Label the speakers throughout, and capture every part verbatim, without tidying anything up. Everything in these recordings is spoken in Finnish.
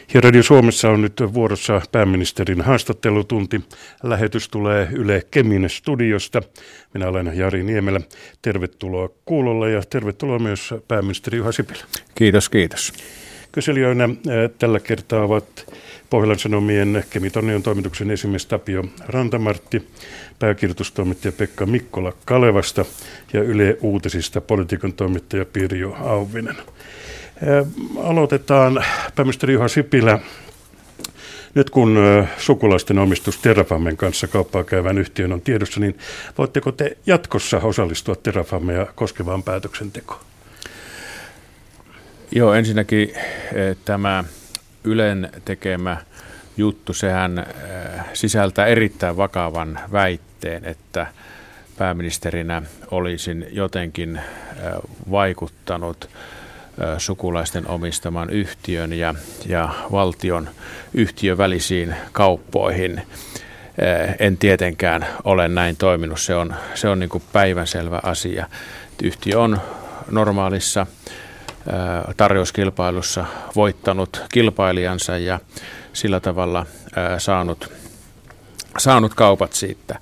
Speaker 1: Ja Radio Suomessa on nyt vuorossa pääministerin haastattelutunti. Lähetys tulee Yle Kemin studiosta. Minä olen Jari Niemelä. Tervetuloa kuulolle ja tervetuloa myös pääministeri Juha Sipilä.
Speaker 2: Kiitos, kiitos.
Speaker 1: Kyselijöinä tällä kertaa ovat Pohjolan Sanomien Kemi-Tornion toimituksen esimies Tapio Rantamartti, pääkirjoitustoimittaja Pekka Mikkola Kalevasta ja Yle Uutisista politiikan toimittaja Pirjo Auvinen. Aloitetaan pääministeri Juha Sipilä. Nyt kun sukulaisten omistus Terrafamen kanssa kauppaa käyvän yhtiön on tiedossa, niin voitteko te jatkossa osallistua Terrafamea koskevaan päätöksentekoon?
Speaker 2: Joo, ensinnäkin tämä Ylen tekemä juttu, sehän sisältää erittäin vakavan väitteen, että pääministerinä olisin jotenkin vaikuttanut sukulaisten omistaman yhtiön ja, ja valtion yhtiön välisiin kauppoihin. En tietenkään ole näin toiminut. Se on, se on niin kuin päivänselvä asia. Yhtiö on normaalissa tarjouskilpailussa voittanut kilpailijansa ja sillä tavalla saanut, saanut kaupat siitä.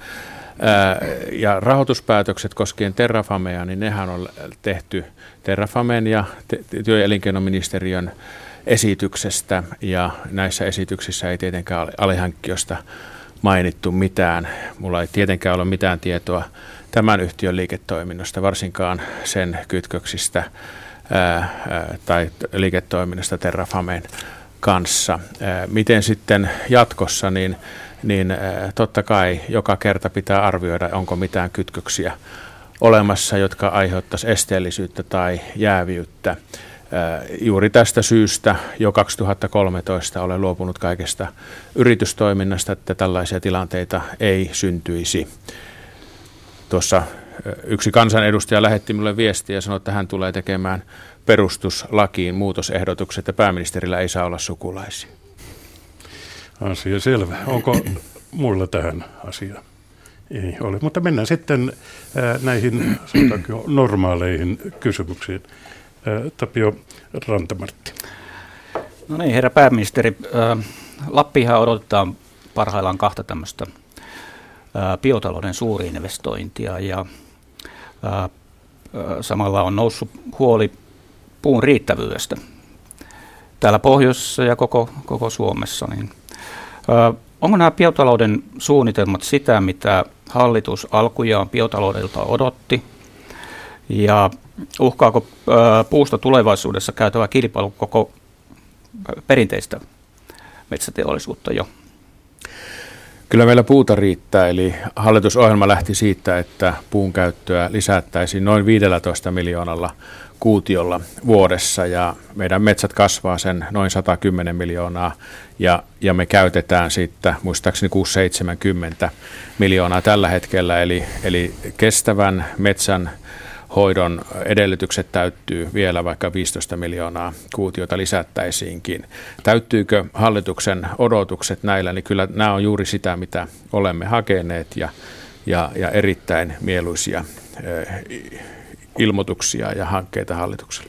Speaker 2: Ja rahoituspäätökset koskien Terrafamea, niin nehän on tehty Terrafamen ja työ- ja elinkeinoministeriön esityksestä, ja näissä esityksissä ei tietenkään ole alihankkijoista mainittu mitään. Mulla ei tietenkään ole mitään tietoa tämän yhtiön liiketoiminnasta, varsinkaan sen kytköksistä ää, ää, tai liiketoiminnasta Terrafamen kanssa. Ää, miten sitten jatkossa, niin niin totta kai joka kerta pitää arvioida, onko mitään kytköksiä olemassa, jotka aiheuttaisi esteellisyyttä tai jääviyttä. Juuri tästä syystä jo kaksituhattakolmetoista olen luopunut kaikesta yritystoiminnasta, että tällaisia tilanteita ei syntyisi. Tuossa yksi kansanedustaja lähetti minulle viestiä ja sanoi, että hän tulee tekemään perustuslakiin muutosehdotukset, että pääministerillä ei saa olla sukulaisia.
Speaker 1: Asia selvä. Onko mulla tähän asiaan? Ei ole. Mutta mennään sitten ää, näihin sanotaanko normaaleihin kysymyksiin. Ää, Tapio Rantamartti.
Speaker 3: No niin, herra pääministeri. Ää, Lappihan odotetaan parhaillaan kahta tämmöistä ää, biotalouden suurinvestointia ja ää, ää, samalla on noussut huoli puun riittävyydestä täällä pohjoisessa ja koko, koko Suomessa, niin Ö, onko nämä biotalouden suunnitelmat sitä, mitä hallitus alkujaan biotaloudelta odotti, ja uhkaako ö, puusta tulevaisuudessa käytävä kilpailu koko perinteistä metsäteollisuutta jo?
Speaker 2: Kyllä meillä puuta riittää, eli hallitusohjelma lähti siitä, että puun käyttöä lisättäisiin noin viisitoista miljoonalla kuutiolla vuodessa, ja meidän metsät kasvaa sen noin sata kymmenen miljoonaa, ja, ja me käytetään siitä muistaakseni kuusisataaseitsemänkymmentä miljoonaa tällä hetkellä, eli, eli kestävän metsän hoidon edellytykset täyttyy vielä, vaikka viisitoista miljoonaa kuutiota lisättäisiinkin. Täyttyykö hallituksen odotukset näillä, niin kyllä nämä on juuri sitä, mitä olemme hakeneet, ja, ja, ja erittäin mieluisia eh, ilmoituksia ja hankkeita hallitukselle.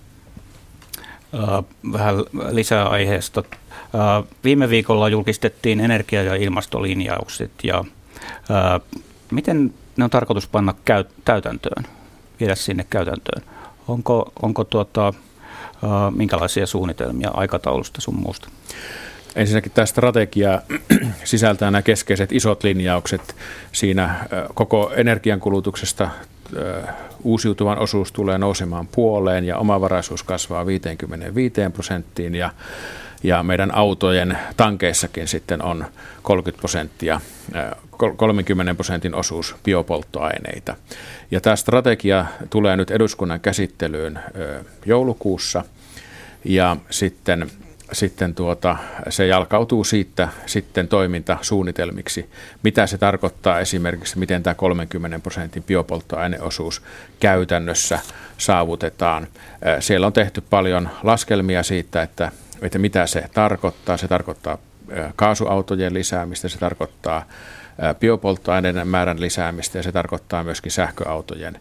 Speaker 3: Vähän lisää aiheesta. Viime viikolla julkistettiin energia- ja ilmastolinjaukset, ja miten ne on tarkoitus panna käy, täytäntöön, viedä sinne käytäntöön? Onko, onko tuota, minkälaisia suunnitelmia aikataulusta sun muusta?
Speaker 2: Ensinnäkin tämä strategia sisältää nämä keskeiset isot linjaukset. Siinä koko energiankulutuksesta uusiutuvan osuus tulee nousemaan puoleen ja omavaraisuus kasvaa viisikymmentäviisi prosenttiin, ja, ja meidän autojen tankeissakin sitten on kolmekymmentä prosenttia, kolmenkymmenen prosentin osuus biopolttoaineita. Ja tämä strategia tulee nyt eduskunnan käsittelyyn joulukuussa, ja sitten Sitten tuota, se jalkautuu siitä sitten toimintasuunnitelmiksi, mitä se tarkoittaa esimerkiksi, miten tämä kolmenkymmenen prosentin biopolttoaineosuus käytännössä saavutetaan. Siellä on tehty paljon laskelmia siitä, että, että mitä se tarkoittaa. Se tarkoittaa kaasuautojen lisäämistä, se tarkoittaa biopolttoaineiden määrän lisäämistä ja se tarkoittaa myöskin sähköautojen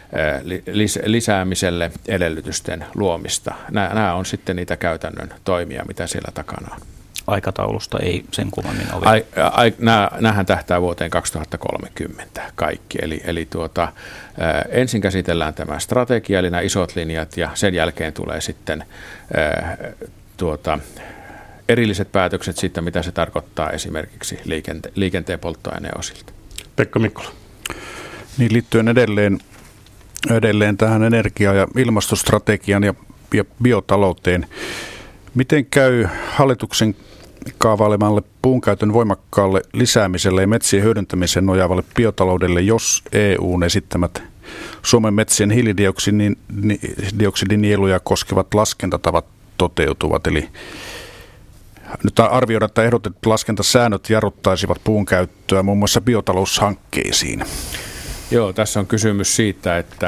Speaker 2: lisäämiselle edellytysten luomista. Nämä on sitten niitä käytännön toimia, mitä siellä takana on.
Speaker 3: Aikataulusta ei sen kummemmin ole.
Speaker 2: Ai, ai, nämä, nämähän tähtää vuoteen kaksituhattakolmekymmentä kaikki. Eli, eli tuota, ää, ensin käsitellään tämä strategia, eli nämä isot linjat, ja sen jälkeen tulee sitten ää, tuota, erilliset päätökset siitä, mitä se tarkoittaa esimerkiksi liikente- liikenteen polttoaineen osilta.
Speaker 1: Pekka Mikkola.
Speaker 4: Niin, liittyen edelleen, edelleen tähän energia- ja ilmastostrategian ja, ja biotalouteen. Miten käy hallituksen kaavailemalle puunkäytön voimakkaalle lisäämiselle ja metsien hyödyntämiseen nojaavalle biotaloudelle, jos E U:n esittämät Suomen metsien hiilidioksidinieluja koskevat laskentatavat toteutuvat? Eli nyt arvioidaan, että ehdotetut laskentasäännöt jarruttaisivat puun käyttöä muun muassa biotaloushankkeisiin.
Speaker 2: Joo, tässä on kysymys siitä, että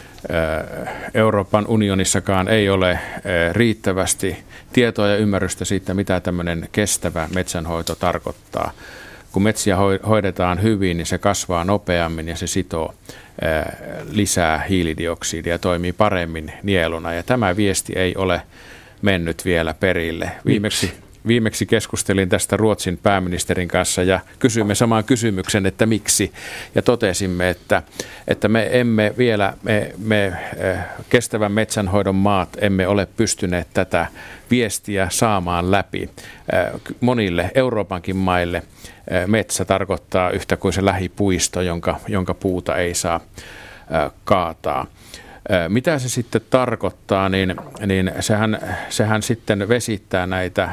Speaker 2: Euroopan unionissakaan ei ole riittävästi tietoa ja ymmärrystä siitä, mitä tämmöinen kestävä metsänhoito tarkoittaa. Kun metsiä hoidetaan hyvin, niin se kasvaa nopeammin ja se sitoo lisää hiilidioksidia ja toimii paremmin nieluna. Ja tämä viesti ei ole mennyt vielä perille. Viimeksi, viimeksi keskustelin tästä Ruotsin pääministerin kanssa ja kysyimme saman kysymyksen, että miksi. Ja totesimme, että, että me emme vielä, me, me kestävän metsänhoidon maat emme ole pystyneet tätä viestiä saamaan läpi. Monille Euroopankin maille metsä tarkoittaa yhtä kuin se lähipuisto, jonka, jonka puuta ei saa kaataa. Mitä se sitten tarkoittaa, niin, niin sehän, sehän sitten vesittää näitä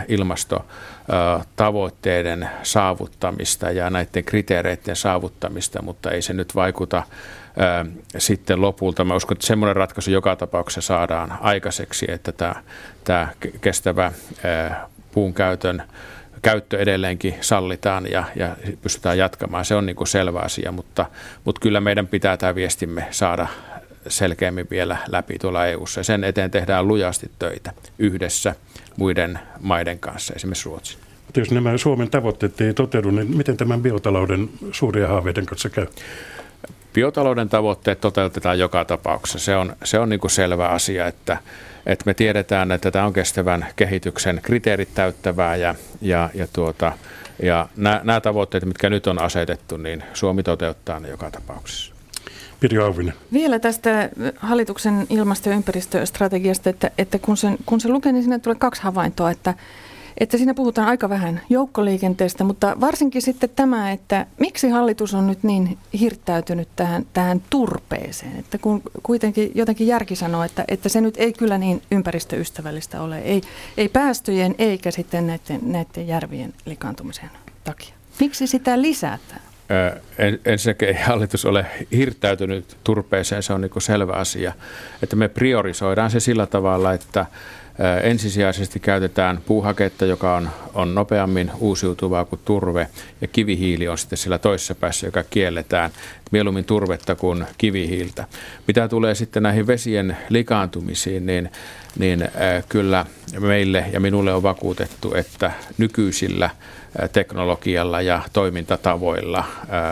Speaker 2: ilmastotavoitteiden saavuttamista ja näiden kriteereiden saavuttamista, mutta ei se nyt vaikuta ää, sitten lopulta. Mä uskon, että semmoinen ratkaisu joka tapauksessa saadaan aikaiseksi, että tämä, tämä kestävä ää, puun käytön käyttö edelleenkin sallitaan ja, ja pystytään jatkamaan. Se on niin kuin selvä asia, mutta, mutta kyllä meidän pitää tämä viestimme saada selkeämmin vielä läpi tuolla E U:ssa. Sen eteen tehdään lujasti töitä yhdessä muiden maiden kanssa, esimerkiksi Ruotsin.
Speaker 1: Mutta jos nämä Suomen tavoitteet ei toteudu, niin miten tämän biotalouden suuria haaveiden kanssa käy?
Speaker 2: Biotalouden tavoitteet toteutetaan joka tapauksessa. Se on, se on niin kuin selvä asia, että, että me tiedetään, että tämä on kestävän kehityksen kriteerit täyttävää ja, ja, ja, tuota, ja nämä, nämä tavoitteet, mitkä nyt on asetettu, niin Suomi toteuttaa ne joka tapauksessa.
Speaker 1: Pirjo Auvinen.
Speaker 5: Vielä tästä hallituksen ilmasto- ja ympäristöstrategiasta, että, että kun, sen, kun se lukee, niin sinne tulee kaksi havaintoa, että, että siinä puhutaan aika vähän joukkoliikenteestä, mutta varsinkin sitten tämä, että miksi hallitus on nyt niin hirttäytynyt tähän, tähän turpeeseen, että kun kuitenkin jotenkin järki sanoo, että, että se nyt ei kyllä niin ympäristöystävällistä ole, ei, ei päästöjen eikä sitten näiden, näiden järvien likaantumisen takia. Miksi sitä lisätään?
Speaker 2: Ensinnäkin ei hallitus ole hirttäytynyt turpeeseen, se on niin kuin selvä asia, että me priorisoidaan se sillä tavalla, että ensisijaisesti käytetään puuhaketta, joka on, on nopeammin uusiutuvaa kuin turve, ja kivihiili on sitten sillä toisessa päässä, joka kielletään, mieluummin turvetta kuin kivihiiltä. Mitä tulee sitten näihin vesien likaantumisiin, niin, niin kyllä meille ja minulle on vakuutettu, että nykyisillä teknologialla ja toimintatavoilla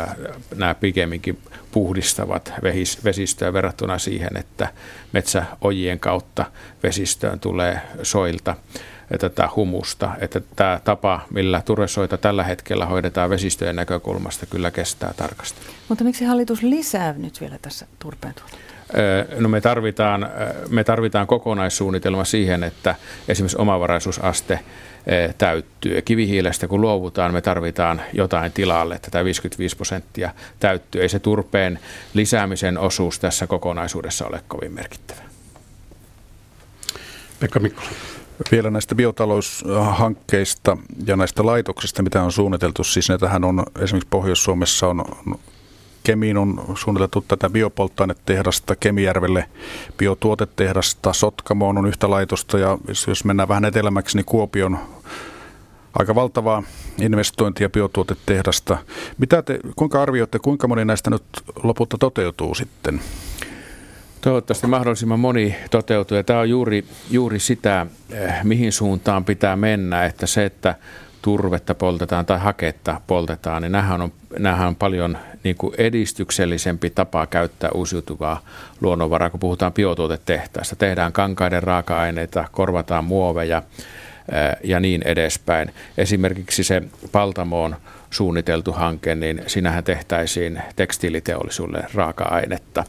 Speaker 2: nämä pikemminkin puhdistavat vesistöä verrattuna siihen, että metsäojien kautta vesistöön tulee soilta tätä humusta. Että tämä tapa, millä turvesoita tällä hetkellä hoidetaan vesistöjen näkökulmasta, kyllä kestää tarkasti.
Speaker 5: Mutta miksi hallitus lisää nyt vielä tässä turpeen tuotantoa?
Speaker 2: No me tarvitaan, me tarvitaan kokonaissuunnitelma siihen, että esimerkiksi omavaraisuusaste täyttyy. Kivihiilestä kun luovutaan, me tarvitaan jotain tilalle, että tämä viisikymmentäviisi prosenttia täyttyy. Ei se turpeen lisäämisen osuus tässä kokonaisuudessa ole kovin merkittävä.
Speaker 1: Pekka Mikkola.
Speaker 4: Vielä näistä biotaloushankkeista ja näistä laitoksista, mitä on suunniteltu. Siis näitähän on esimerkiksi Pohjois-Suomessa on Kemiin on suunniteltu tätä biopolttoainetehdasta, Kemijärvelle biotuotetehdasta, Sotkamoon on yhtä laitosta ja jos mennään vähän etelämäksi, niin Kuopion aika valtavaa investointia biotuotetehdasta. Mitä te, kuinka arvioitte, kuinka moni näistä nyt lopulta toteutuu sitten?
Speaker 2: Toivottavasti mahdollisimman moni toteutuu ja tämä on juuri, juuri sitä, mihin suuntaan pitää mennä, että se, että turvetta poltetaan tai haketta poltetaan, niin nämähän on, nämähän on paljon niin kuin edistyksellisempi tapa käyttää uusiutuvaa luonnonvaraa, kun puhutaan biotuotetehtaista. Tehdään kankaiden raaka-aineita, korvataan muoveja ja niin edespäin. Esimerkiksi se Paltamoon suunniteltu hanke, niin siinähän tehtäisiin tekstiiliteollisuudelle raaka-ainetta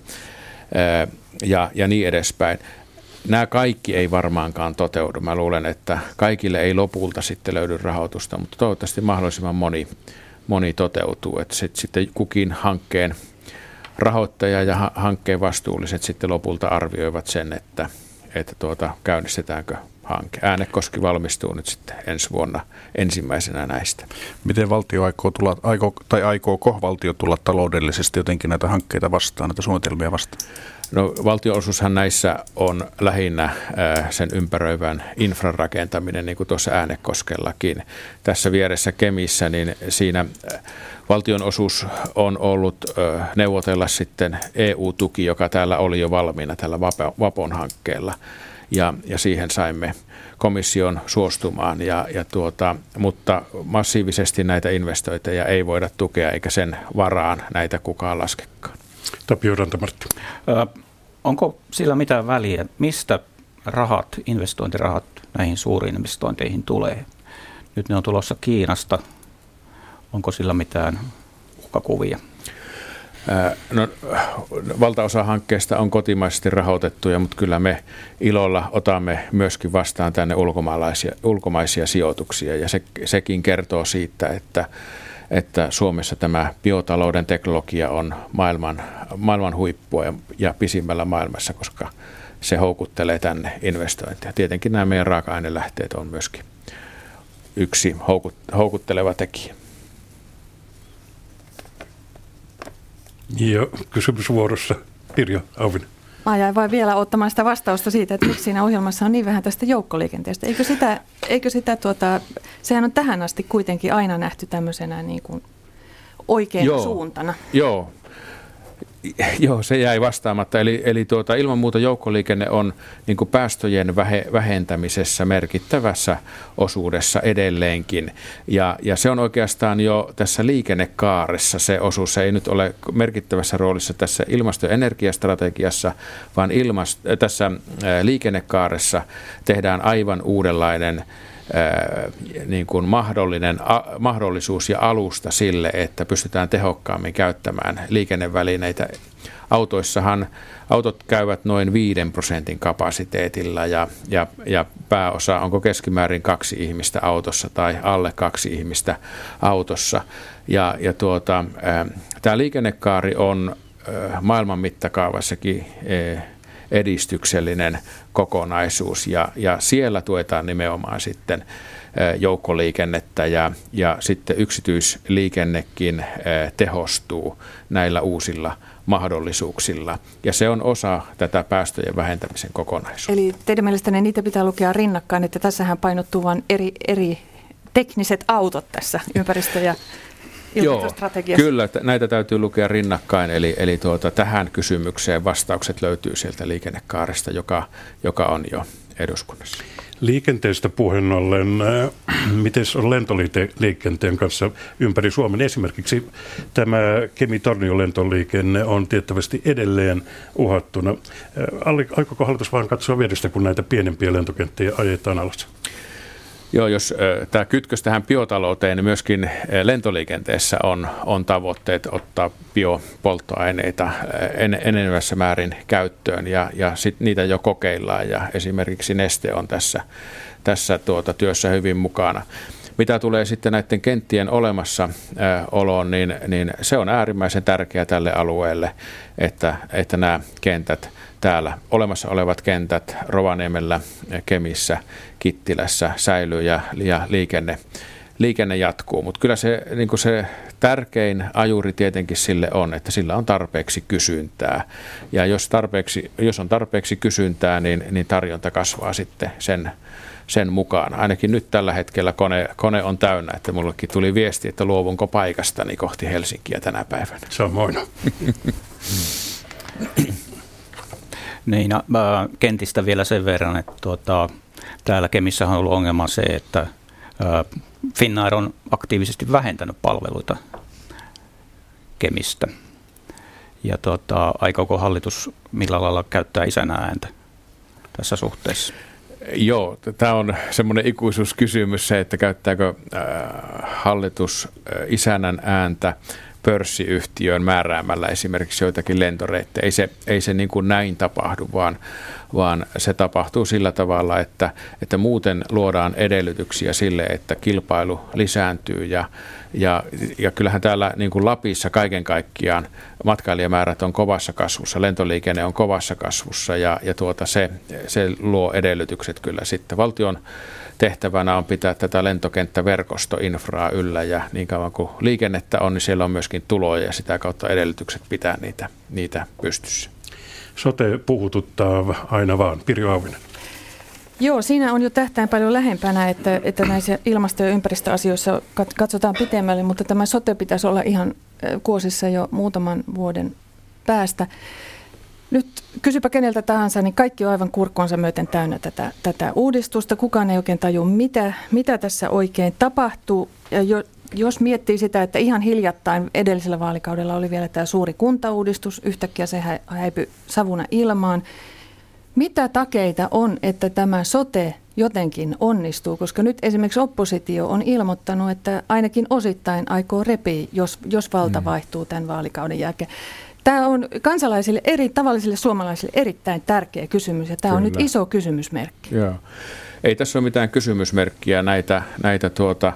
Speaker 2: ja, ja niin edespäin. Nämä kaikki ei varmaankaan toteudu. Mä luulen, että kaikille ei lopulta sitten löydy rahoitusta, mutta toivottavasti mahdollisimman moni, moni toteutuu. Että sit, sitten kukin hankkeen rahoittaja ja hankkeen vastuulliset sitten lopulta arvioivat sen, että, että tuota, käynnistetäänkö hanke. Äänekoski valmistuu nyt sitten ensi vuonna ensimmäisenä näistä.
Speaker 4: Miten valtio aikoo tulla, aikoo, tai aikooko valtio tulla taloudellisesti jotenkin näitä hankkeita vastaan, näitä suunnitelmia vastaan?
Speaker 2: No, valtionosuushan näissä on lähinnä äh, sen ympäröivän infran rakentaminen, niin kuin tuossa Äänekoskellakin. Tässä vieressä Kemissä, niin siinä äh, valtionosuus on ollut äh, neuvotella sitten E U-tuki, joka täällä oli jo valmiina tällä Vapon hankkeella. Ja, ja siihen saimme komission suostumaan, ja, ja tuota, mutta massiivisesti näitä investointeja ei voida tukea, eikä sen varaan näitä kukaan laskekaan.
Speaker 1: Tapio Rantamartti.
Speaker 3: Ö, onko sillä mitään väliä, mistä rahat, investointirahat näihin suuriin investointeihin tulee? Nyt ne on tulossa Kiinasta. Onko sillä mitään uhkakuvia?
Speaker 2: No, valtaosa hankkeesta on kotimaisesti rahoitettuja, mutta kyllä me ilolla otamme myöskin vastaan tänne ulkomaalaisia, ulkomaisia sijoituksia, ja se, sekin kertoo siitä, että, että Suomessa tämä biotalouden teknologia on maailman, maailman huippua ja, ja pisimmällä maailmassa, koska se houkuttelee tänne investointeja. Tietenkin nämä meidän raaka-ainelähteet on myöskin yksi houkutteleva tekijä.
Speaker 1: Ja kysymysvuorossa Pirjo Auvinen.
Speaker 5: Mä jäin vain vielä ottamaan sitä vastausta siitä, että miksi siinä ohjelmassa on niin vähän tästä joukkoliikenteestä. Eikö sitä, eikö sitä tuota, sehän on tähän asti kuitenkin aina nähty tämmöisenä niin kuin oikeana
Speaker 2: Joo.
Speaker 5: suuntana.
Speaker 2: Joo. Joo, se jäi vastaamatta. Eli, eli tuota, ilman muuta joukkoliikenne on niin kuin päästöjen vähe, vähentämisessä merkittävässä osuudessa edelleenkin. Ja, ja se on oikeastaan jo tässä liikennekaaressa se osuus. Se ei nyt ole merkittävässä roolissa tässä ilmasto- ja energiastrategiassa, vaan ilmast- tässä liikennekaaressa tehdään aivan uudenlainen niin kuin mahdollinen, a, mahdollisuus ja alusta sille, että pystytään tehokkaammin käyttämään liikennevälineitä. Autoissahan autot käyvät noin viiden prosentin kapasiteetilla ja, ja, ja pääosa onko keskimäärin kaksi ihmistä autossa tai alle kaksi ihmistä autossa. Ja, ja tuota, tämä liikennekaari on maailman mittakaavassakin edistyksellinen kokonaisuus, ja, ja siellä tuetaan nimenomaan sitten joukkoliikennettä, ja, ja sitten yksityisliikennekin tehostuu näillä uusilla mahdollisuuksilla, ja se on osa tätä päästöjen vähentämisen kokonaisuutta.
Speaker 5: Eli teidän mielestänne niitä pitää lukea rinnakkain, että tässähän painottuu vain eri, eri tekniset autot tässä ympäristö- ja
Speaker 2: Joo, kyllä, näitä täytyy lukea rinnakkain, eli, eli tuota, tähän kysymykseen vastaukset löytyy sieltä liikennekaaresta, joka, joka on jo eduskunnassa.
Speaker 1: Liikenteestä puheen ollen, miten on lentoliikenteen kanssa ympäri Suomen? Esimerkiksi tämä Kemi-Tornio lentoliikenne on tiettävästi edelleen uhattuna. Aikooko hallitus vaan katsoa vierestä, kun näitä pienempiä lentokenttiä ajetaan alas?
Speaker 2: Joo, jos äh, tämä kytkös tähän biotalouteen, niin myöskin äh, lentoliikenteessä on, on tavoitteet ottaa biopolttoaineita äh, en, enenevässä määrin käyttöön, ja, ja sit niitä jo kokeillaan, ja esimerkiksi Neste on tässä, tässä tuota, työssä hyvin mukana. Mitä tulee sitten näiden kenttien olemassaoloon, niin, niin se on äärimmäisen tärkeää tälle alueelle, että, että nämä kentät täällä, olemassa olevat kentät Rovaniemellä, Kemissä, Kittilässä säilyy ja, ja liikenne, liikenne jatkuu. Mutta kyllä se, niin kuin se tärkein ajuri tietenkin sille on, että sillä on tarpeeksi kysyntää. Ja jos, tarpeeksi, jos on tarpeeksi kysyntää, niin, niin tarjonta kasvaa sitten sen, sen mukaan. Ainakin nyt tällä hetkellä kone, kone on täynnä, että mullekin tuli viesti, että luovunko paikastani kohti Helsinkiä tänä päivänä.
Speaker 1: Samoin.
Speaker 3: Niin, äh, kentistä vielä sen verran, että tuota, täällä Kemissähän on ollut ongelma se, että Finnair on aktiivisesti vähentänyt palveluita Kemistä. Ja tota, aikooko hallitus millä lailla käyttää isänä ääntä tässä suhteessa?
Speaker 2: Joo, tämä on semmoinen ikuisuuskysymys se, että käyttääkö äh, hallitus äh, isännän ääntä pörssiyhtiöön määräämällä esimerkiksi joitakin lentoreittejä. Ei se, ei se niin kuin näin tapahdu, vaan, vaan se tapahtuu sillä tavalla, että, että muuten luodaan edellytyksiä sille, että kilpailu lisääntyy. Ja, ja, ja kyllähän täällä niin kuin Lapissa kaiken kaikkiaan matkailijamäärät on kovassa kasvussa, lentoliikenne on kovassa kasvussa ja, ja tuota se, se luo edellytykset kyllä sitten. Valtion tehtävänä on pitää tätä lentokenttäverkostoinfraa yllä ja niin kauan kuin liikennettä on, niin siellä on myöskin tuloja ja sitä kautta edellytykset pitää niitä, niitä pystyssä.
Speaker 1: Sote puhututtaa aina vaan. Pirjo Auvinen.
Speaker 5: Joo, siinä on jo tähtäin paljon lähempänä, että, että näissä ilmasto- ja ympäristöasioissa katsotaan pitemmälle, mutta tämä sote pitäisi olla ihan kuosissa jo muutaman vuoden päästä. Nyt kysypä keneltä tahansa, niin kaikki on aivan kurkkuansa myöten täynnä tätä, tätä uudistusta. Kukaan ei oikein tajua, mitä, mitä tässä oikein tapahtuu. Ja jo, jos miettii sitä, että ihan hiljattain edellisellä vaalikaudella oli vielä tämä suuri kuntauudistus, yhtäkkiä se häipyi savuna ilmaan. Mitä takeita on, että tämä sote jotenkin onnistuu, koska nyt esimerkiksi oppositio on ilmoittanut, että ainakin osittain aikoo repiä, jos, jos valta vaihtuu tämän vaalikauden jälkeen. Tämä on kansalaisille, eri tavallisille suomalaisille erittäin tärkeä kysymys ja tämä Kyllä. on nyt iso kysymysmerkki.
Speaker 2: Joo. Ei tässä ole mitään kysymysmerkkiä, näitä, näitä tuota,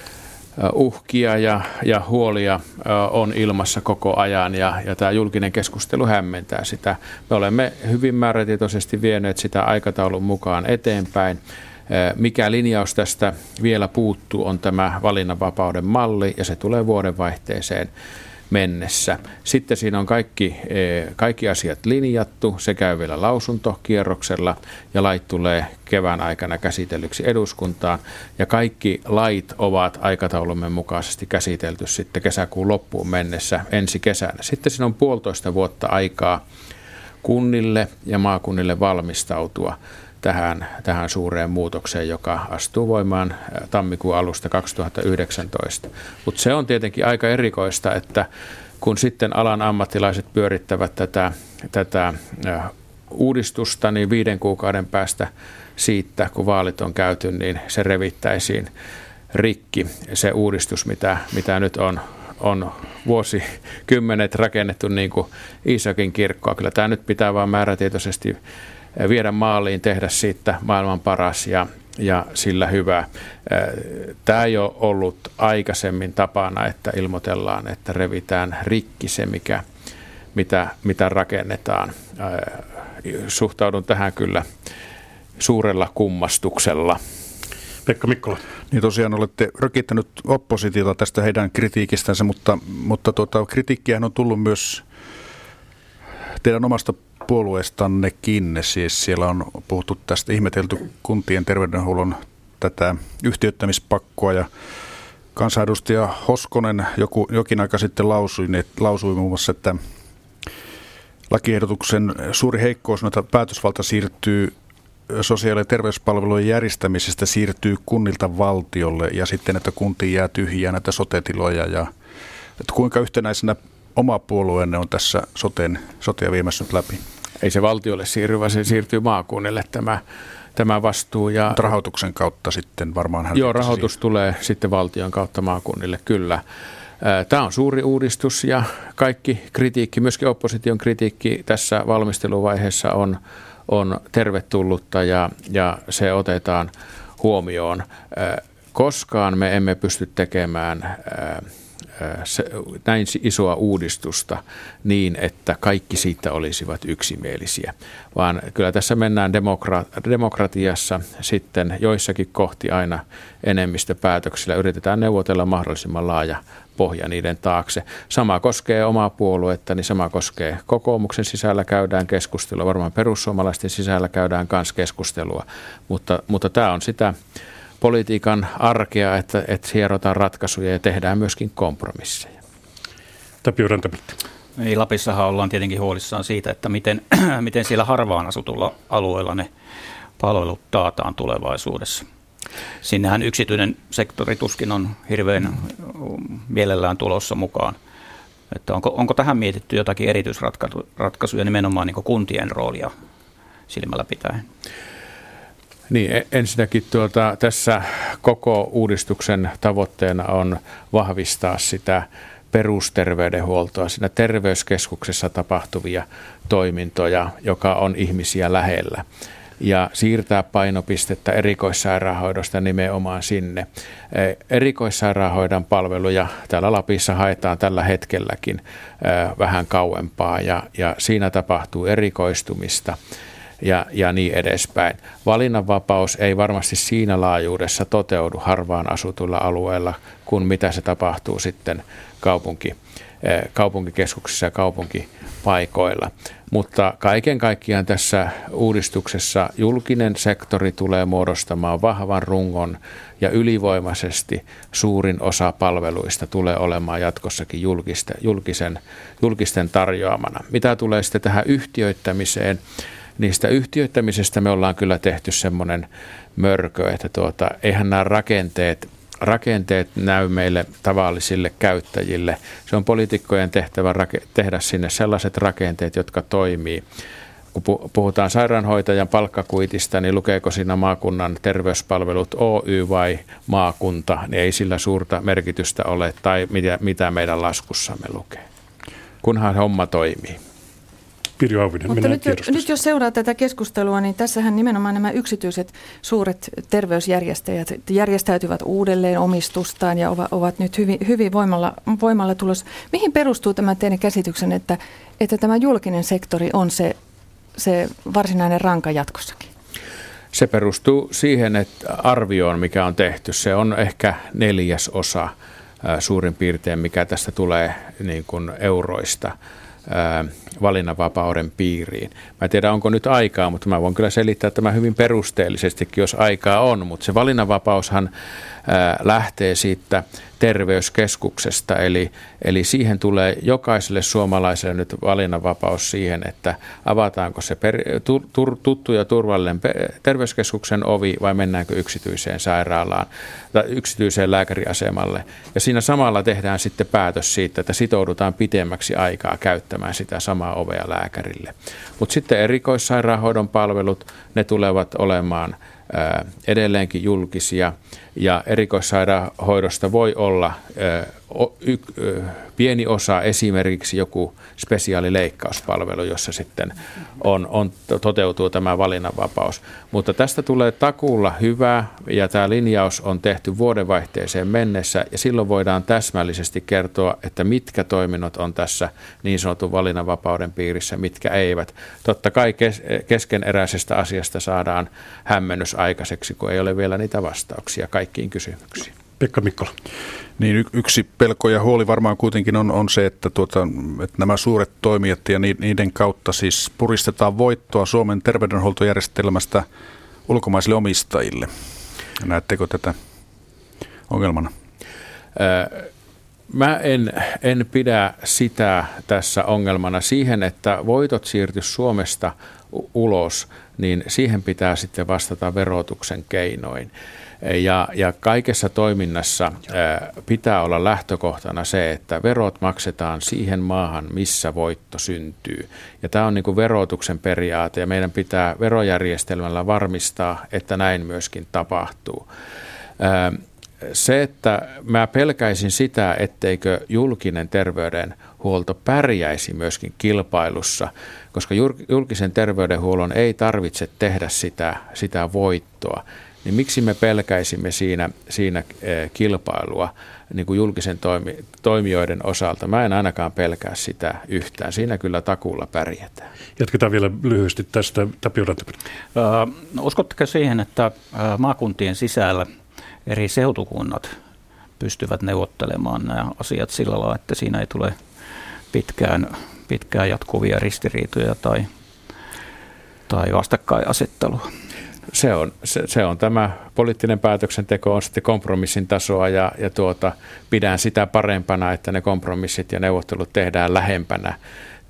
Speaker 2: uhkia ja, ja huolia on ilmassa koko ajan ja, ja tämä julkinen keskustelu hämmentää sitä. Me olemme hyvin määrätietoisesti vieneet sitä aikataulun mukaan eteenpäin. Mikä linjaus tästä vielä puuttuu on tämä valinnanvapauden malli ja se tulee vuodenvaihteeseen mennessä. Sitten siinä on kaikki, kaikki asiat linjattu, se käy vielä lausuntokierroksella ja lait tulee kevään aikana käsitellyksi eduskuntaan ja kaikki lait ovat aikataulumme mukaisesti käsitelty sitten kesäkuun loppuun mennessä ensi kesänä. Sitten siinä on puolitoista vuotta aikaa kunnille ja maakunnille valmistautua tähän, tähän suureen muutokseen, joka astuu voimaan tammikuun alusta kaksituhattayhdeksäntoista. Mutta se on tietenkin aika erikoista, että kun sitten alan ammattilaiset pyörittävät tätä, tätä uudistusta, niin viiden kuukauden päästä siitä, kun vaalit on käyty, niin se revittäisiin rikki, se uudistus, mitä, mitä nyt on, on vuosikymmenet rakennettu niin kuin Iisakin kirkkoa. Kyllä tämä nyt pitää vaan määrätietoisesti viedä maaliin, tehdä siitä maailman paras ja, ja sillä hyvä. Tämä ei ole ollut aikaisemmin tapana, että ilmoitellaan, että revitään rikki se, mikä, mitä, mitä rakennetaan. Suhtaudun tähän kyllä suurella kummastuksella.
Speaker 1: Pekka Mikkola.
Speaker 4: Niin tosiaan olette rökittänyt oppositiota tästä heidän kritiikistänsä, mutta, mutta tuota, kritiikkiähän on tullut myös teidän omasta puolueestannekin. Siis siellä on puhuttu tästä, ihmetelty kuntien terveydenhuollon tätä yhtiöittämispakkoa ja kansanedustaja Hoskonen joku, jokin aika sitten lausui, lausui muun muassa, että lakiehdotuksen suuri heikkous on, että päätösvalta siirtyy sosiaali- ja terveyspalvelujen järjestämisestä siirtyy kunnilta valtiolle ja sitten, että kuntiin jää tyhjiä näitä sote-tiloja ja että kuinka yhtenäisenä oma puolueenne on tässä soteen, sotea viemässä nyt läpi?
Speaker 2: Ei se valtiolle siirry, vaan se siirtyy maakunnille tämä, tämä vastuu. Ja
Speaker 4: rahoituksen kautta sitten varmaan hän...
Speaker 2: Joo, rahoitus siihen tulee sitten valtion kautta maakunnille, kyllä. Tämä on suuri uudistus ja kaikki kritiikki, myöskin opposition kritiikki tässä valmisteluvaiheessa on, on tervetullutta ja, ja se otetaan huomioon. Koskaan me emme pysty tekemään Se, näin isoa uudistusta niin, että kaikki siitä olisivat yksimielisiä, vaan kyllä tässä mennään demokra- demokratiassa sitten joissakin kohti aina enemmistöpäätöksillä. Yritetään neuvotella mahdollisimman laaja pohja niiden taakse. Sama koskee omaa puoluetta, niin sama koskee kokoomuksen sisällä käydään keskustelua, varmaan perussuomalaisten sisällä käydään myös keskustelua, mutta, mutta tämä on sitä politiikan arkea, että, että hierotaan ratkaisuja ja tehdään myöskin kompromisseja.
Speaker 1: Tapio Rantamäki.
Speaker 3: Niin, Lapissahan ollaan tietenkin huolissaan siitä, että miten, miten siellä harvaan asutulla alueella ne palvelut taataan tulevaisuudessa. sinnehän yksityinen sektori tuskin on hirveän mielellään tulossa mukaan. Että onko, onko tähän mietitty jotakin erityisratkaisuja nimenomaan niin kuin kuntien roolia silmällä pitäen?
Speaker 2: Niin, ensinnäkin tuota, tässä koko uudistuksen tavoitteena on vahvistaa sitä perusterveydenhuoltoa, siinä terveyskeskuksessa tapahtuvia toimintoja, joka on ihmisiä lähellä, ja siirtää painopistettä erikoissairaanhoidosta nimenomaan sinne. Erikoissairaanhoidon palveluja täällä Lapissa haetaan tällä hetkelläkin vähän kauempaa, ja, ja siinä tapahtuu erikoistumista. Ja, ja niin edespäin. Valinnanvapaus ei varmasti siinä laajuudessa toteudu harvaan asutuilla alueilla, kuin mitä se tapahtuu sitten kaupunki, kaupunkikeskuksissa ja kaupunkipaikoilla. Mutta kaiken kaikkiaan tässä uudistuksessa julkinen sektori tulee muodostamaan vahvan rungon, ja ylivoimaisesti suurin osa palveluista tulee olemaan jatkossakin julkisten, julkisen, julkisten tarjoamana. Mitä tulee sitten tähän yhtiöittämiseen, niistä yhtiöittämisestä me ollaan kyllä tehty semmoinen mörkö, että tuota, eihän nämä rakenteet, rakenteet näy meille tavallisille käyttäjille. Se on poliitikkojen tehtävä rake- tehdä sinne sellaiset rakenteet, jotka toimii. Kun puhutaan sairaanhoitajan palkkakuitista, niin lukeeko siinä maakunnan terveyspalvelut Oy vai maakunta, niin ei sillä suurta merkitystä ole, tai mitä, mitä meidän laskussamme lukee, kunhan homma toimii.
Speaker 1: Pirjo Auvinen,
Speaker 5: Mutta nyt, nyt jos seuraa tätä keskustelua, niin tässähän nimenomaan nämä yksityiset suuret terveysjärjestäjät järjestäytyvät uudelleen omistustaan ja ovat nyt hyvin, hyvin voimalla, voimalla tulossa. Mihin perustuu tämä teidän käsityksen, että, että tämä julkinen sektori on se, se varsinainen ranka jatkossakin?
Speaker 2: Se perustuu siihen, että arvioon, mikä on tehty, se on ehkä neljäs osa suurin piirtein, mikä tästä tulee niin kuin euroista valinnanvapauden piiriin. Mä en tiedä, onko nyt aikaa, mutta mä voin kyllä selittää tämä hyvin perusteellisestikin, jos aikaa on, mutta se valinnanvapaushan lähtee siitä terveyskeskuksesta, eli, eli siihen tulee jokaiselle suomalaiselle nyt valinnanvapaus siihen, että avataanko se per, tu, tu, tuttu ja turvallinen terveyskeskuksen ovi vai mennäänkö yksityiseen sairaalaan tai yksityiseen lääkäriasemalle. Ja siinä samalla tehdään sitten päätös siitä, että sitoudutaan pitemmäksi aikaa käyttämään sitä samaa ovea lääkärille. Mutta sitten erikoissairaanhoidon palvelut, ne tulevat olemaan edelleenkin julkisia, ja erikoissairaanhoidosta voi olla pieni osa esimerkiksi joku spesiaalileikkauspalvelu, jossa sitten on, on, toteutuu tämä valinnanvapaus. Mutta tästä tulee takuulla hyvä, ja tämä linjaus on tehty vuodenvaihteeseen mennessä, ja silloin voidaan täsmällisesti kertoa, että mitkä toiminnot on tässä niin sanotun valinnanvapauden piirissä, mitkä eivät. Totta kai kes, keskeneräisestä asiasta saadaan hämmennys aikaiseksi, kun ei ole vielä niitä vastauksia kaikkiin kysymyksiin.
Speaker 1: Pekka Mikkola.
Speaker 4: Niin y- yksi pelko ja huoli varmaan kuitenkin on, on se, että, tuota, että nämä suuret toimijat ja niiden kautta siis puristetaan voittoa Suomen terveydenhuoltojärjestelmästä ulkomaisille omistajille. Näettekö tätä ongelmana?
Speaker 2: Mä en, en pidä sitä tässä ongelmana. Siihen, että voitot siirtyisi Suomesta ulos, niin siihen pitää sitten vastata verotuksen keinoin. Ja, ja kaikessa toiminnassa ää, pitää olla lähtökohtana se, että verot maksetaan siihen maahan, missä voitto syntyy. Ja tämä on niin kuin verotuksen periaate, ja meidän pitää verojärjestelmällä varmistaa, että näin myöskin tapahtuu. Ää, se, että mä pelkäisin sitä, etteikö julkinen terveydenhuolto pärjäisi myöskin kilpailussa, koska julkisen terveydenhuollon ei tarvitse tehdä sitä, sitä voittoa. Niin miksi me pelkäisimme siinä, siinä kilpailua niin kuin julkisen toimi, toimijoiden osalta? Mä en ainakaan pelkää sitä yhtään. Siinä kyllä takuulla pärjätään.
Speaker 1: Jatketaan vielä lyhyesti tästä. Tapio Rantamäki.
Speaker 3: No, uskotteko siihen, että maakuntien sisällä eri seutukunnat pystyvät neuvottelemaan nämä asiat sillä lailla, että siinä ei tule pitkään, pitkään jatkuvia ristiriitoja tai, tai vastakkainasettelua?
Speaker 2: Se on, se, se on tämä poliittinen päätöksenteko on sitten kompromissin tasoa, ja, ja tuota, pidän sitä parempana, että ne kompromissit ja neuvottelut tehdään lähempänä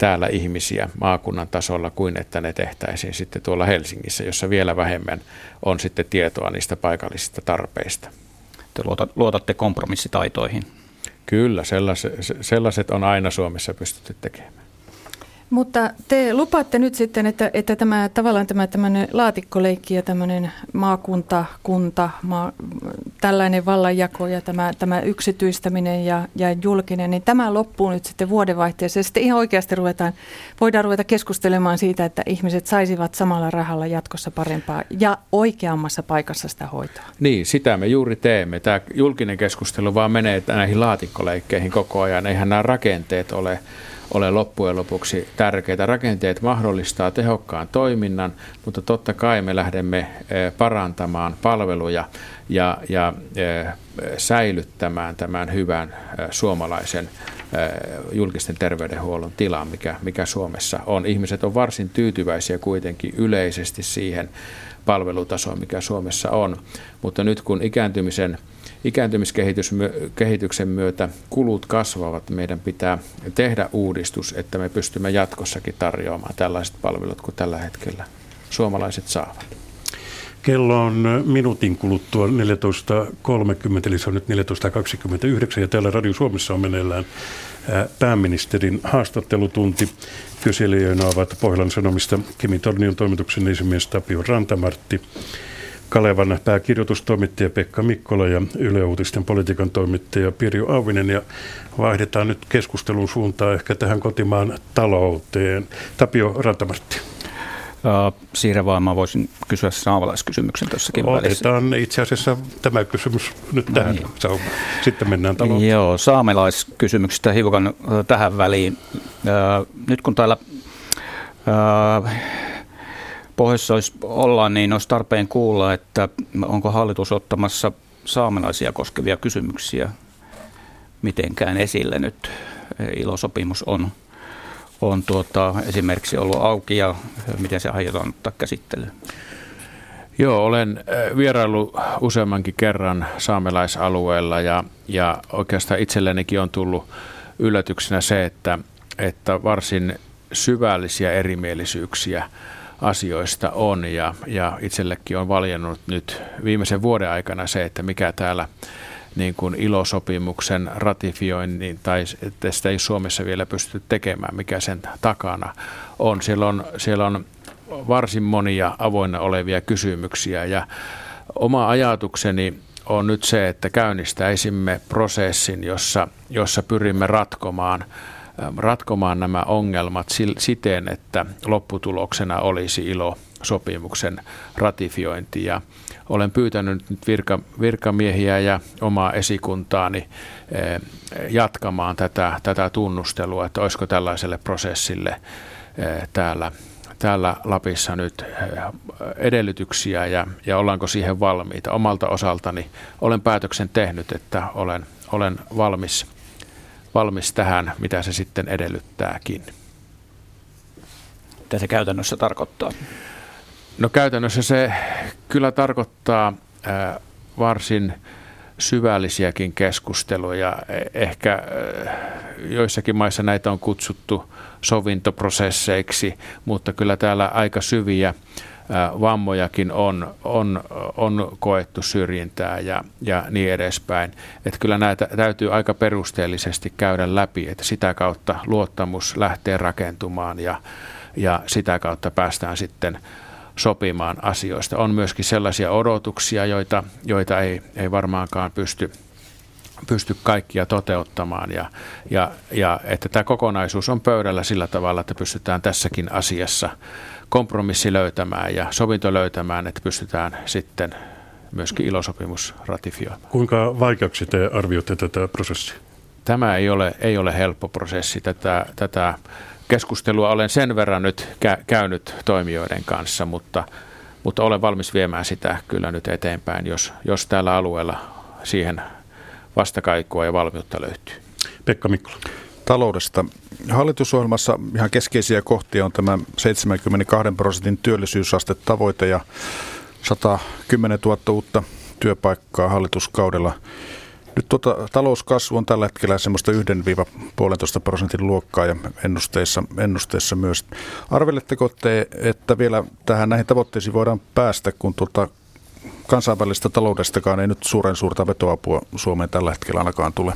Speaker 2: täällä ihmisiä maakunnan tasolla kuin että ne tehtäisiin sitten tuolla Helsingissä, jossa vielä vähemmän on sitten tietoa niistä paikallisista tarpeista.
Speaker 3: Te luotatte kompromissitaitoihin.
Speaker 2: Kyllä, sellaiset, sellaiset on aina Suomessa pystytty tekemään.
Speaker 5: Mutta te lupaatte nyt sitten, että, että tämä, tavallaan tämä tämmöinen laatikkoleikki ja tämmöinen maakunta, kunta, maa, tällainen vallanjako ja tämä, tämä yksityistäminen ja, ja julkinen, niin tämä loppuu nyt sitten vuodenvaihteessa. Ja sitten ihan oikeasti ruvetaan, voidaan ruveta keskustelemaan siitä, että ihmiset saisivat samalla rahalla jatkossa parempaa ja oikeammassa paikassa sitä hoitaa.
Speaker 2: Niin, sitä me juuri teemme. Tämä julkinen keskustelu vaan menee näihin laatikkoleikkeihin koko ajan. Eihän nämä rakenteet ole... ole loppujen lopuksi tärkeitä. Rakenteet mahdollistaa tehokkaan toiminnan, mutta totta kai me lähdemme parantamaan palveluja ja, ja säilyttämään tämän hyvän suomalaisen julkisten terveydenhuollon tilan, mikä, mikä Suomessa on. Ihmiset on varsin tyytyväisiä kuitenkin yleisesti siihen palvelutasoon, mikä Suomessa on, mutta nyt kun ikääntymisen Ikääntymiskehityksen myötä kulut kasvavat. Meidän pitää tehdä uudistus, että me pystymme jatkossakin tarjoamaan tällaiset palvelut kuin tällä hetkellä suomalaiset saavat.
Speaker 1: Kello on minuutin kuluttua neljätoista kolmekymmentä, eli se on nyt neljätoista kaksikymmentäyhdeksän, ja täällä Radio Suomessa on meneillään pääministerin haastattelutunti. Kyselijöinä ovat Pohjolan Sanomista Kemi Tornion toimituksen esimies Tapio Rantamartti, Kalevan pääkirjoitustoimittaja Pekka Mikkola ja Yle Uutisten politiikan toimittaja Pirjo Auvinen. Ja vaihdetaan nyt keskustelun suuntaan ehkä tähän kotimaan talouteen. Tapio Rantamartti.
Speaker 3: Uh, Siirrä vaan, mä voisin kysyä saamelaiskysymyksen tuossakin välissä.
Speaker 1: Otetaan itse asiassa tämä kysymys nyt tähän no niin. Sitten mennään talouteen.
Speaker 3: Joo, saamelaiskysymyksestä hiukan uh, tähän väliin. Uh, nyt kun täällä uh, pohjoisessa olisi ollaan, niin olisi tarpeen kuulla, että onko hallitus ottamassa saamelaisia koskevia kysymyksiä mitenkään esille nyt. I L O-sopimus on, on tuota, esimerkiksi ollut auki ja miten se aiotaan ottaa käsittelyyn?
Speaker 2: Joo, olen vieraillut useammankin kerran saamelaisalueella ja, ja oikeastaan itsellenikin on tullut yllätyksenä se, että, että varsin syvällisiä erimielisyyksiä asioista on ja, ja itsellekin on valjennut nyt viimeisen vuoden aikana se, että mikä täällä niin kuin I L O-sopimuksen ratifioinnin tai että sitä ei Suomessa vielä pysty tekemään, mikä sen takana on. Siellä on, siellä on varsin monia avoinna olevia kysymyksiä ja oma ajatukseni on nyt se, että käynnistäisimme prosessin, jossa, jossa pyrimme ratkomaan ratkomaan nämä ongelmat siten, että lopputuloksena olisi I L O-sopimuksen ratifiointi. Ja olen pyytänyt nyt virka, virkamiehiä ja omaa esikuntaani jatkamaan tätä, tätä tunnustelua, että olisiko tällaiselle prosessille täällä, täällä Lapissa nyt edellytyksiä ja, ja ollaanko siihen valmiita. Omalta osaltani olen päätöksen tehnyt, että olen, olen valmis valmis tähän, mitä se sitten edellyttääkin.
Speaker 3: Mitä se käytännössä tarkoittaa?
Speaker 2: No käytännössä se kyllä tarkoittaa äh, varsin syvällisiäkin keskusteluja. Ehkä äh, joissakin maissa näitä on kutsuttu sovintoprosesseiksi, mutta kyllä täällä aika syviä vammojakin on, on, on koettu syrjintää ja, ja niin edespäin. Että kyllä näitä täytyy aika perusteellisesti käydä läpi, että sitä kautta luottamus lähtee rakentumaan ja, ja sitä kautta päästään sitten sopimaan asioista. On myöskin sellaisia odotuksia, joita, joita ei, ei varmaankaan pysty, pysty kaikkia toteuttamaan ja, ja, ja että tämä kokonaisuus on pöydällä sillä tavalla, että pystytään tässäkin asiassa kompromissi löytämään ja sovinto löytämään, että pystytään sitten myöskin I L O-sopimus ratifioimaan.
Speaker 1: Kuinka vaikeaksi te arvioitte tätä prosessia?
Speaker 2: Tämä ei ole, ei ole helppo prosessi. Tätä, tätä keskustelua olen sen verran nyt käynyt toimijoiden kanssa, mutta, mutta olen valmis viemään sitä kyllä nyt eteenpäin, jos, jos tällä alueella siihen vastakaikua ja valmiutta löytyy.
Speaker 1: Pekka Mikkola.
Speaker 4: Taloudesta. Hallitusohjelmassa ihan keskeisiä kohtia on tämä seitsemänkymmentäkaksi prosentin työllisyysastetavoite ja sata kymmenen tuhatta uutta työpaikkaa hallituskaudella. Nyt tuota, talouskasvu on tällä hetkellä semmoista yhden puolentoista prosentin luokkaa ja ennusteissa, ennusteissa myös. Arveletteko te, että vielä tähän näihin tavoitteisiin voidaan päästä, kun tuota kansainvälisestä taloudestakaan ei nyt suuren suurta vetoapua Suomeen tällä hetkellä ainakaan tule?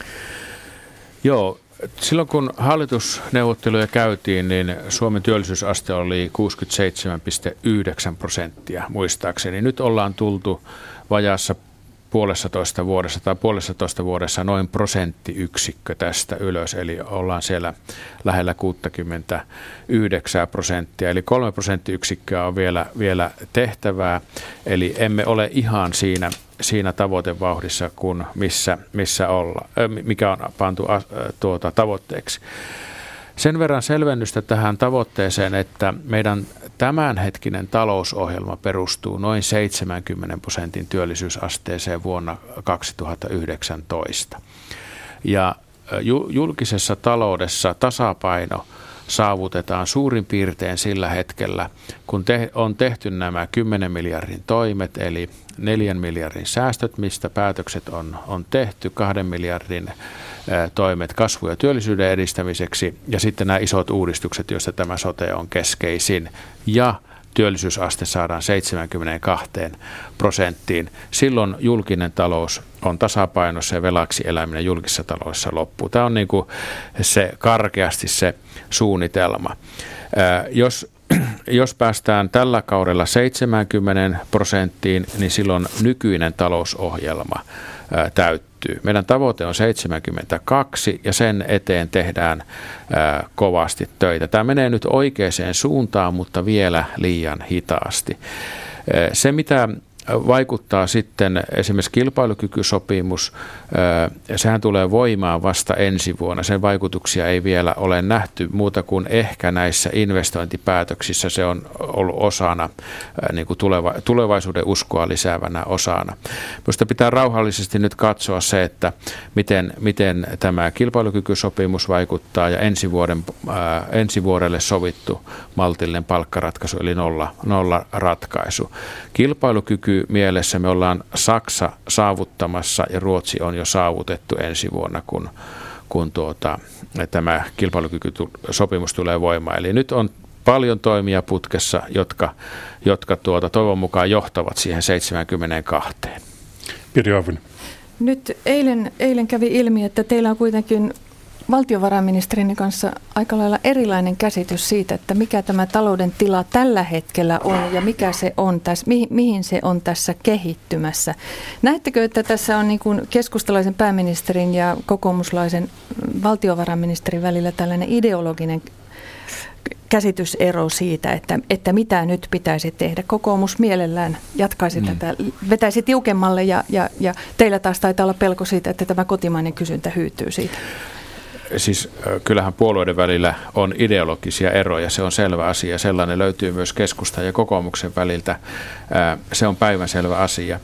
Speaker 2: Joo. Silloin kun hallitusneuvotteluja käytiin, niin Suomen työllisyysaste oli kuusikymmentäseitsemän pilkku yhdeksän prosenttia muistaakseni. Nyt ollaan tultu vajaassa puolessatoista vuodessa tai puolessatoista vuodessa noin prosenttiyksikkö tästä ylös, eli ollaan siellä lähellä kuusikymmentäyhdeksän prosenttia, eli kolme prosenttiyksikköä on vielä, vielä tehtävää, eli emme ole ihan siinä, siinä tavoitevauhdissa kuin missä, missä olla, mikä on pantu tuota, tavoitteeksi. Sen verran selvennystä tähän tavoitteeseen, että meidän tämänhetkinen talousohjelma perustuu noin seitsemänkymmentä prosentin työllisyysasteeseen vuonna kaksituhattayhdeksäntoista. Ja julkisessa taloudessa tasapaino saavutetaan suurin piirtein sillä hetkellä, kun te, on tehty nämä kymmenen miljardin toimet, eli neljän miljardin säästöt, mistä päätökset on, on tehty, kahden miljardin toimet kasvu- ja työllisyyden edistämiseksi ja sitten nämä isot uudistukset, joista tämä sote on keskeisin ja työllisyysaste saadaan seitsemänkymmentäkaksi prosenttiin. Silloin julkinen talous on tasapainossa ja velaksi eläminen julkisessa taloudessa loppuu. Tämä on niin kuin se karkeasti se suunnitelma. Jos Jos päästään tällä kaudella seitsemänkymmentä prosenttiin, niin silloin nykyinen talousohjelma ää, täyttyy. Meidän tavoite on seitsemänkymmentäkaksi ja sen eteen tehdään ää, kovasti töitä. Tämä menee nyt oikeaan suuntaan, mutta vielä liian hitaasti. Ää, se, mitä vaikuttaa sitten esimerkiksi kilpailukykysopimus, sehän tulee voimaan vasta ensi vuonna. Sen vaikutuksia ei vielä ole nähty muuta kuin ehkä näissä investointipäätöksissä. Se on ollut osana, niin kuin tuleva, tulevaisuuden uskoa lisäävänä osana. Minusta pitää rauhallisesti nyt katsoa se, että miten, miten tämä kilpailukykysopimus vaikuttaa ja ensi, vuoden, ää, ensi vuodelle sovittu maltillinen palkkaratkaisu eli nolla, nolla ratkaisu. Kilpailukyky mielessä me ollaan Saksa saavuttamassa ja Ruotsi on jo saavutettu ensi vuonna, kun, kun tuota, tämä kilpailukykysopimus tulee voimaan. Eli nyt on paljon toimia putkessa, jotka, jotka tuota, toivon mukaan johtavat siihen seitsemänkymmentäkaksi.
Speaker 1: Pirjo Auvinen.
Speaker 5: Nyt eilen, eilen kävi ilmi, että teillä on kuitenkin valtiovarainministerin kanssa aika lailla erilainen käsitys siitä, että mikä tämä talouden tila tällä hetkellä on ja mikä se on tässä, mihin, mihin se on tässä kehittymässä. Näettekö, että tässä on niin kuin keskustalaisen pääministerin ja kokoomuslaisen valtiovarainministerin välillä tällainen ideologinen käsitysero siitä, että, että mitä nyt pitäisi tehdä? Kokoomus mielellään jatkaisi mm. tätä, vetäisi tiukemmalle ja, ja, ja teillä taas taitaa olla pelko siitä, että tämä kotimainen kysyntä hyytyy siitä.
Speaker 2: Siis kyllähän puolueiden välillä on ideologisia eroja, se on selvä asia. Sellainen löytyy myös keskustan ja kokoomuksen väliltä. Se on päivänselvä asia.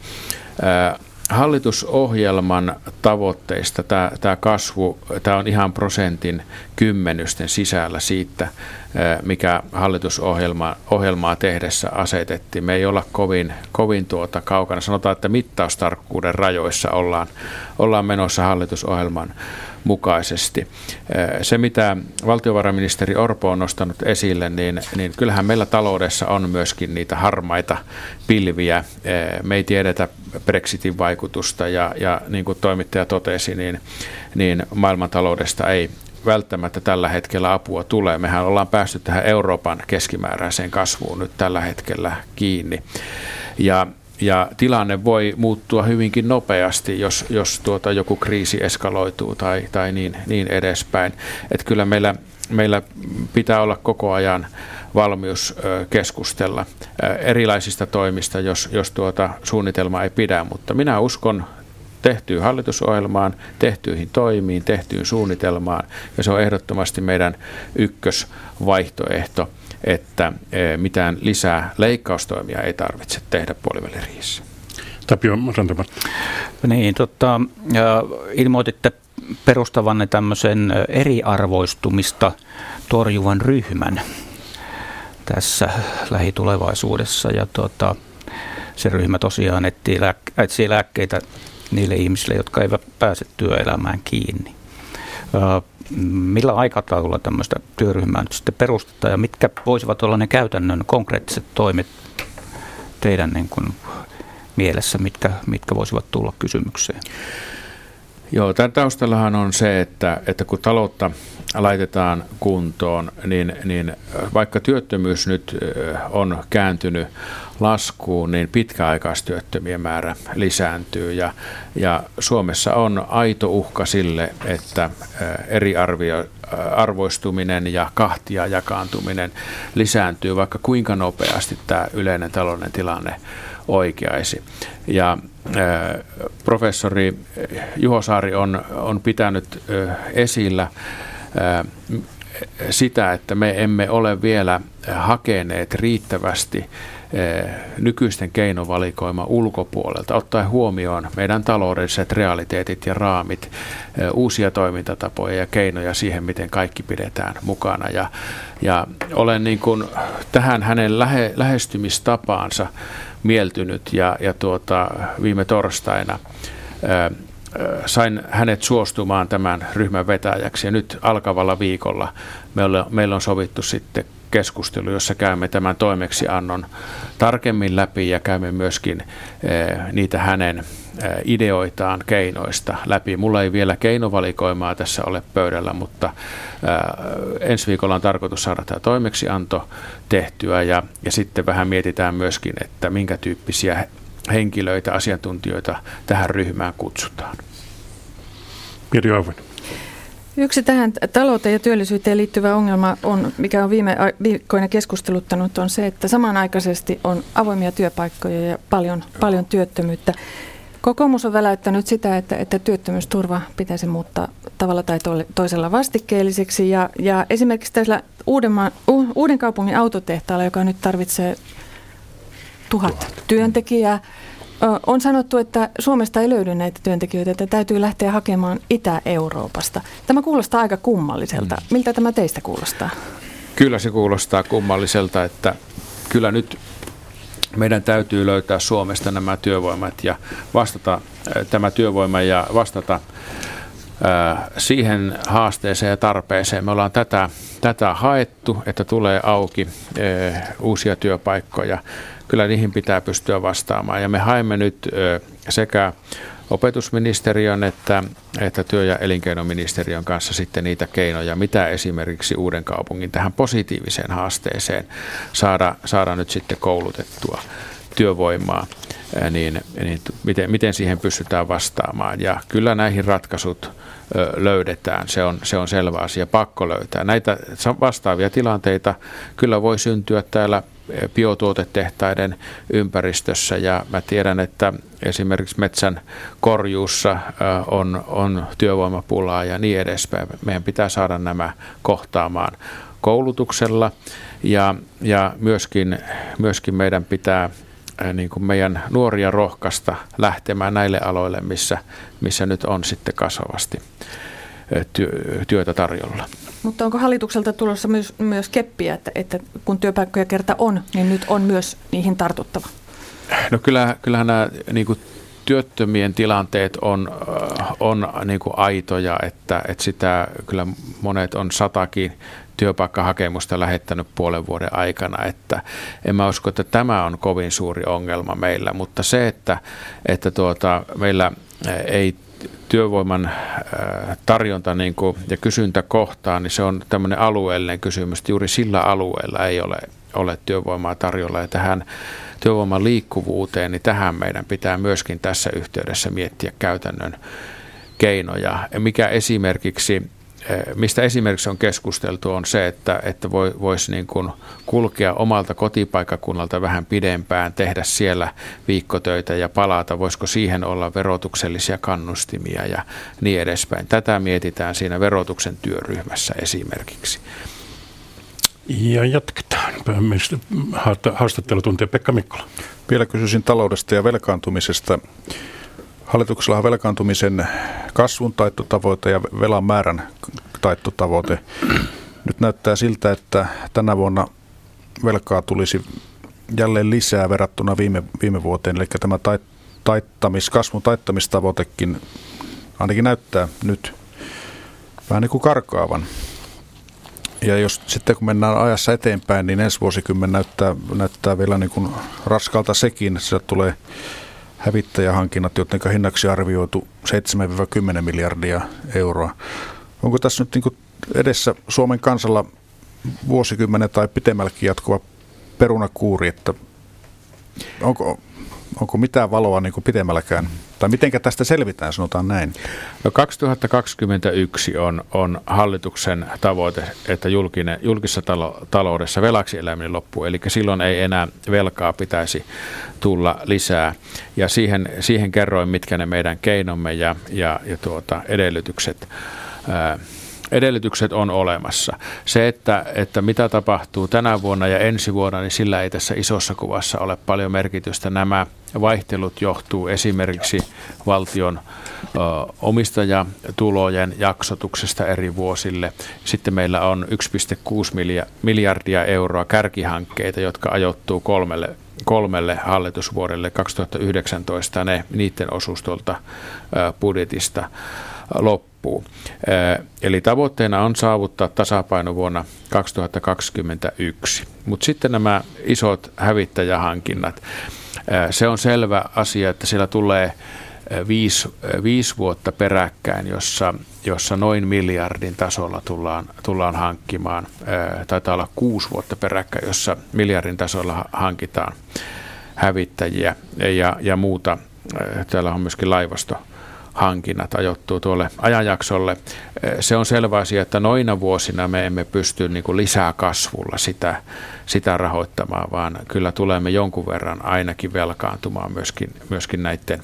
Speaker 2: Hallitusohjelman tavoitteista tämä, tämä kasvu, tämä on ihan prosentin kymmenysten sisällä siitä, mikä hallitusohjelmaa ohjelmaa tehdessä asetettiin. Me ei olla kovin, kovin tuota kaukana. Sanotaan, että mittaustarkkuuden rajoissa ollaan, ollaan menossa hallitusohjelman mukaisesti. Se, mitä valtiovarainministeri Orpo on nostanut esille, niin, niin kyllähän meillä taloudessa on myöskin niitä harmaita pilviä. Me ei tiedetä Brexitin vaikutusta ja, ja niin kuin toimittaja totesi, niin, niin maailmantaloudesta ei välttämättä tällä hetkellä apua tulee. Mehän ollaan päästy tähän Euroopan keskimääräiseen kasvuun nyt tällä hetkellä kiinni. Ja Ja tilanne voi muuttua hyvinkin nopeasti, jos, jos tuota joku kriisi eskaloituu tai, tai niin, niin edespäin. Että kyllä meillä, meillä pitää olla koko ajan valmius keskustella erilaisista toimista, jos, jos tuota suunnitelma ei pidä. Mutta minä uskon tehtyyn hallitusohjelmaan, tehtyihin toimiin, tehtyyn suunnitelmaan, ja se on ehdottomasti meidän ykkösvaihtoehto, että mitään lisää leikkaustoimia ei tarvitse tehdä puoliväliriihessä.
Speaker 1: Tapio Rantamartti.
Speaker 3: Niin, tota, ilmoititte perustavanne tämmöisen eriarvoistumista torjuvan ryhmän tässä lähitulevaisuudessa. Ja tota, se ryhmä tosiaan etsii, lääk- etsii lääkkeitä niille ihmisille, jotka eivät pääse työelämään kiinni. Millä aikataululla tämmöistä työryhmää nyt sitten perustetaan ja mitkä voisivat olla ne käytännön konkreettiset toimet teidän niin kuin mielessä, mitkä, mitkä voisivat tulla kysymykseen?
Speaker 2: Joo, tämän taustallahan on se, että, että kun taloutta laitetaan kuntoon, niin, niin vaikka työttömyys nyt on kääntynyt laskuun, niin pitkäaikaistyöttömien määrä lisääntyy ja, ja Suomessa on aito uhka sille, että eri arvio, arvoistuminen ja kahtia jakaantuminen lisääntyy, vaikka kuinka nopeasti tämä yleinen taloudellinen tilanne oikeaisi. Ja äh, professori Juho Saari on, on pitänyt äh, esillä äh, sitä, että me emme ole vielä hakeneet riittävästi äh, nykyisten keinovalikoiman ulkopuolelta, ottaen huomioon meidän taloudelliset realiteetit ja raamit, äh, uusia toimintatapoja ja keinoja siihen, miten kaikki pidetään mukana. Ja, ja olen niin kuin tähän hänen lähe, lähestymistapaansa mieltynyt ja, ja tuota, viime torstaina ää, sain hänet suostumaan tämän ryhmän vetäjäksi ja nyt alkavalla viikolla meillä, meillä on sovittu sitten keskustelu, jossa käymme tämän toimeksiannon tarkemmin läpi ja käymme myöskin ää, niitä hänen ää, ideoitaan keinoista läpi. Mulla ei vielä keinovalikoimaa tässä ole pöydällä, mutta ää, ensi viikolla on tarkoitus saada tämä toimeksianto tehtyä ja, ja sitten vähän mietitään myöskin, että minkä tyyppisiä henkilöitä, asiantuntijoita tähän ryhmään kutsutaan.
Speaker 1: Mirja Auvinen.
Speaker 5: Yksi tähän talouteen ja työllisyyteen liittyvä ongelma, on, mikä on viime viikkoina keskusteluttanut, on se, että samanaikaisesti on avoimia työpaikkoja ja paljon, paljon työttömyyttä. Kokoomus on väläyttänyt sitä, että, että työttömyysturva pitäisi muuttaa tavalla tai toisella vastikkeelliseksi. Ja, ja esimerkiksi tässä Uudenmaan, Uuden kaupungin autotehtaalla, joka nyt tarvitsee tuhat työntekijää, on sanottu, että Suomesta ei löydy näitä työntekijöitä, että täytyy lähteä hakemaan Itä-Euroopasta. Tämä kuulostaa aika kummalliselta. Miltä tämä teistä kuulostaa?
Speaker 2: Kyllä se kuulostaa kummalliselta, että kyllä nyt meidän täytyy löytää Suomesta nämä työvoimat ja vastata tämä työvoima ja vastata siihen haasteeseen ja tarpeeseen. Me ollaan tätä, tätä haettu, että tulee auki uusia työpaikkoja. Kyllä niihin pitää pystyä vastaamaan ja me haemme nyt sekä opetusministeriön että, että työ- ja elinkeinoministeriön kanssa sitten niitä keinoja, mitä esimerkiksi Uuden kaupungin tähän positiiviseen haasteeseen saada, saada nyt sitten koulutettua työvoimaa, niin, niin miten, miten siihen pystytään vastaamaan. Ja kyllä näihin ratkaisut löydetään, se on, se on selvä asia, pakko löytää. Näitä vastaavia tilanteita kyllä voi syntyä täällä biotuotetehtaiden ympäristössä ja mä tiedän, että esimerkiksi metsän korjuussa on, on työvoimapulaa ja niin edespäin. Meidän pitää saada nämä kohtaamaan koulutuksella ja, ja myöskin, myöskin meidän pitää niin kuin meidän nuoria rohkaista lähtemään näille aloille, missä, missä nyt on sitten kasvavasti työtä tarjolla.
Speaker 5: Mutta onko hallitukselta tulossa myös, myös keppiä, että, että kun työpaikkoja kerta on, niin nyt on myös niihin tartuttava?
Speaker 2: No kyllä, kyllähän nämä niin kuin työttömien tilanteet on, on niin kuin aitoja, että, että sitä kyllä monet on satakin työpaikkahakemusta lähettänyt puolen vuoden aikana, että en mä usko, että tämä on kovin suuri ongelma meillä, mutta se, että, että tuota, meillä ei työvoiman tarjonta niin kuin, ja kysyntä kohtaan, niin se on tämmöinen alueellinen kysymys. Juuri sillä alueella ei ole, ole työvoimaa tarjolla ja tähän työvoiman liikkuvuuteen, niin tähän meidän pitää myöskin tässä yhteydessä miettiä käytännön keinoja. Mikä esimerkiksi, mistä esimerkiksi on keskusteltu on se, että, että voi, voisi niin kuin kulkea omalta kotipaikkakunnalta vähän pidempään, tehdä siellä viikkotöitä ja palata. Voisiko siihen olla verotuksellisia kannustimia ja niin edespäin. Tätä mietitään siinä verotuksen työryhmässä esimerkiksi.
Speaker 1: Ja jatketaan. Pääministeri haastattelutuntija Pekka Mikkola.
Speaker 4: Vielä kysyisin taloudesta ja velkaantumisesta. Hallituksella on velkaantumisen kasvun taittotavoite ja velan määrän taittotavoite. Nyt näyttää siltä, että tänä vuonna velkaa tulisi jälleen lisää verrattuna viime, viime vuoteen. Eli tämä taittamis, kasvun taittamistavoitekin ainakin näyttää nyt vähän niin kuin karkaavan. Ja jos sitten kun mennään ajassa eteenpäin, niin ensi vuosikymmen näyttää, näyttää vielä niin kuin raskalta sekin. Sieltä tulee hävittäjähankinnat, joiden hinnaksi arvioitu seitsemän kymmenen miljardia euroa. Onko tässä nyt niin kuin edessä Suomen kansalla vuosikymmenen tai pitemmälläkin jatkuva perunakuuri, että onko, onko mitään valoa niin kuin pitemmälläkään? Tai mitenkä tästä selvitään, sanotaan näin?
Speaker 2: No kaksituhattakaksikymmentäyksi on, on hallituksen tavoite, että julkinen, julkisessa talo, taloudessa velaksi eläminen loppuu. Eli silloin ei enää velkaa pitäisi tulla lisää. Ja siihen, siihen kerroin, mitkä ne meidän keinomme ja, ja, ja tuota, edellytykset ää, Edellytykset on olemassa. Se, että, että mitä tapahtuu tänä vuonna ja ensi vuonna, niin sillä ei tässä isossa kuvassa ole paljon merkitystä. Nämä vaihtelut johtuu esimerkiksi valtion ö, omistajatulojen jaksotuksesta eri vuosille. Sitten meillä on yksi pilkku kuusi miljardia euroa kärkihankkeita, jotka ajoittuu kolmelle, kolmelle hallitusvuodelle kaksituhattayhdeksäntoista. Ne, niiden osuus tuolta ö, budjetista loppuu. Eli tavoitteena on saavuttaa tasapaino vuonna kaksituhattakaksikymmentäyksi. Mutta sitten nämä isot hävittäjähankinnat. Se on selvä asia, että siellä tulee viisi, viisi vuotta peräkkäin, jossa, jossa noin miljardin tasolla tullaan, tullaan hankkimaan. Taitaa olla kuusi vuotta peräkkäin, jossa miljardin tasolla hankitaan hävittäjiä ja, ja muuta. Täällä on myöskin laivasto. Hankinnat ajoittuu tuolle ajanjaksolle. Se on selvä asia, että noina vuosina me emme pysty niin kuin lisää kasvulla sitä, sitä rahoittamaan, vaan kyllä tulemme jonkun verran ainakin velkaantumaan myöskin, myöskin näiden,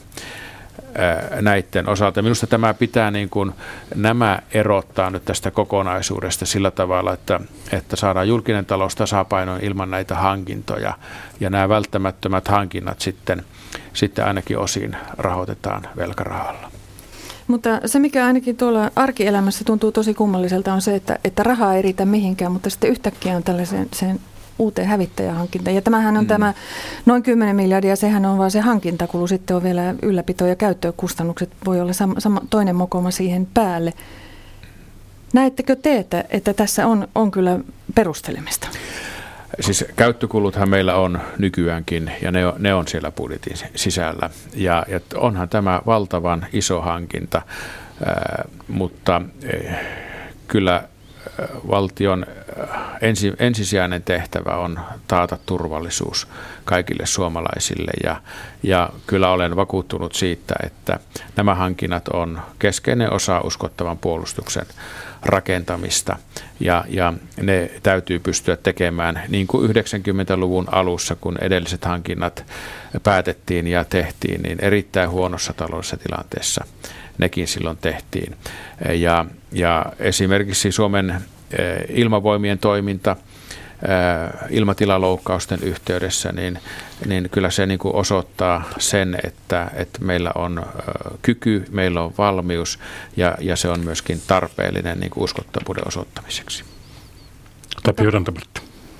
Speaker 2: näiden osalta. Minusta tämä pitää niin kuin nämä erottaa nyt tästä kokonaisuudesta sillä tavalla, että, että saadaan julkinen talous tasapainoon ilman näitä hankintoja ja nämä välttämättömät hankinnat sitten, sitten ainakin osin rahoitetaan velkarahalla.
Speaker 5: Mutta se, mikä ainakin tuolla arkielämässä tuntuu tosi kummalliselta, on se, että, että rahaa ei riitä mihinkään, mutta sitten yhtäkkiä on tällaisen sen uuteen hävittäjähankintaan. Ja tämähän on mm. tämä noin kymmenen miljardia, sehän on vaan se hankintakulu, sitten on vielä ylläpito- ja käyttökustannukset, voi olla sama, sama, toinen mokoma siihen päälle. Näettekö te, että, että tässä on, on kyllä perustelemista?
Speaker 2: Siis käyttökuluthan meillä on nykyäänkin ja ne on, ne on siellä budjetin sisällä ja, ja onhan tämä valtavan iso hankinta, ää, mutta äh, kyllä valtion ensi, ensisijainen tehtävä on taata turvallisuus kaikille suomalaisille ja, ja kyllä olen vakuuttunut siitä, että nämä hankinnat on keskeinen osa uskottavan puolustuksen rakentamista ja, ja ne täytyy pystyä tekemään niin kuin yhdeksänkymmentäluvun alussa, kun edelliset hankinnat päätettiin ja tehtiin, niin erittäin huonossa taloudellisessa tilanteessa nekin silloin tehtiin. Ja, ja esimerkiksi Suomen ilmavoimien toiminta ilmatilaloukkausten yhteydessä, niin, niin kyllä se niin kuin osoittaa sen, että, että meillä on kyky, meillä on valmius ja, ja se on myöskin tarpeellinen niin kuin uskottavuuden osoittamiseksi.
Speaker 1: Tapio Rantamartti.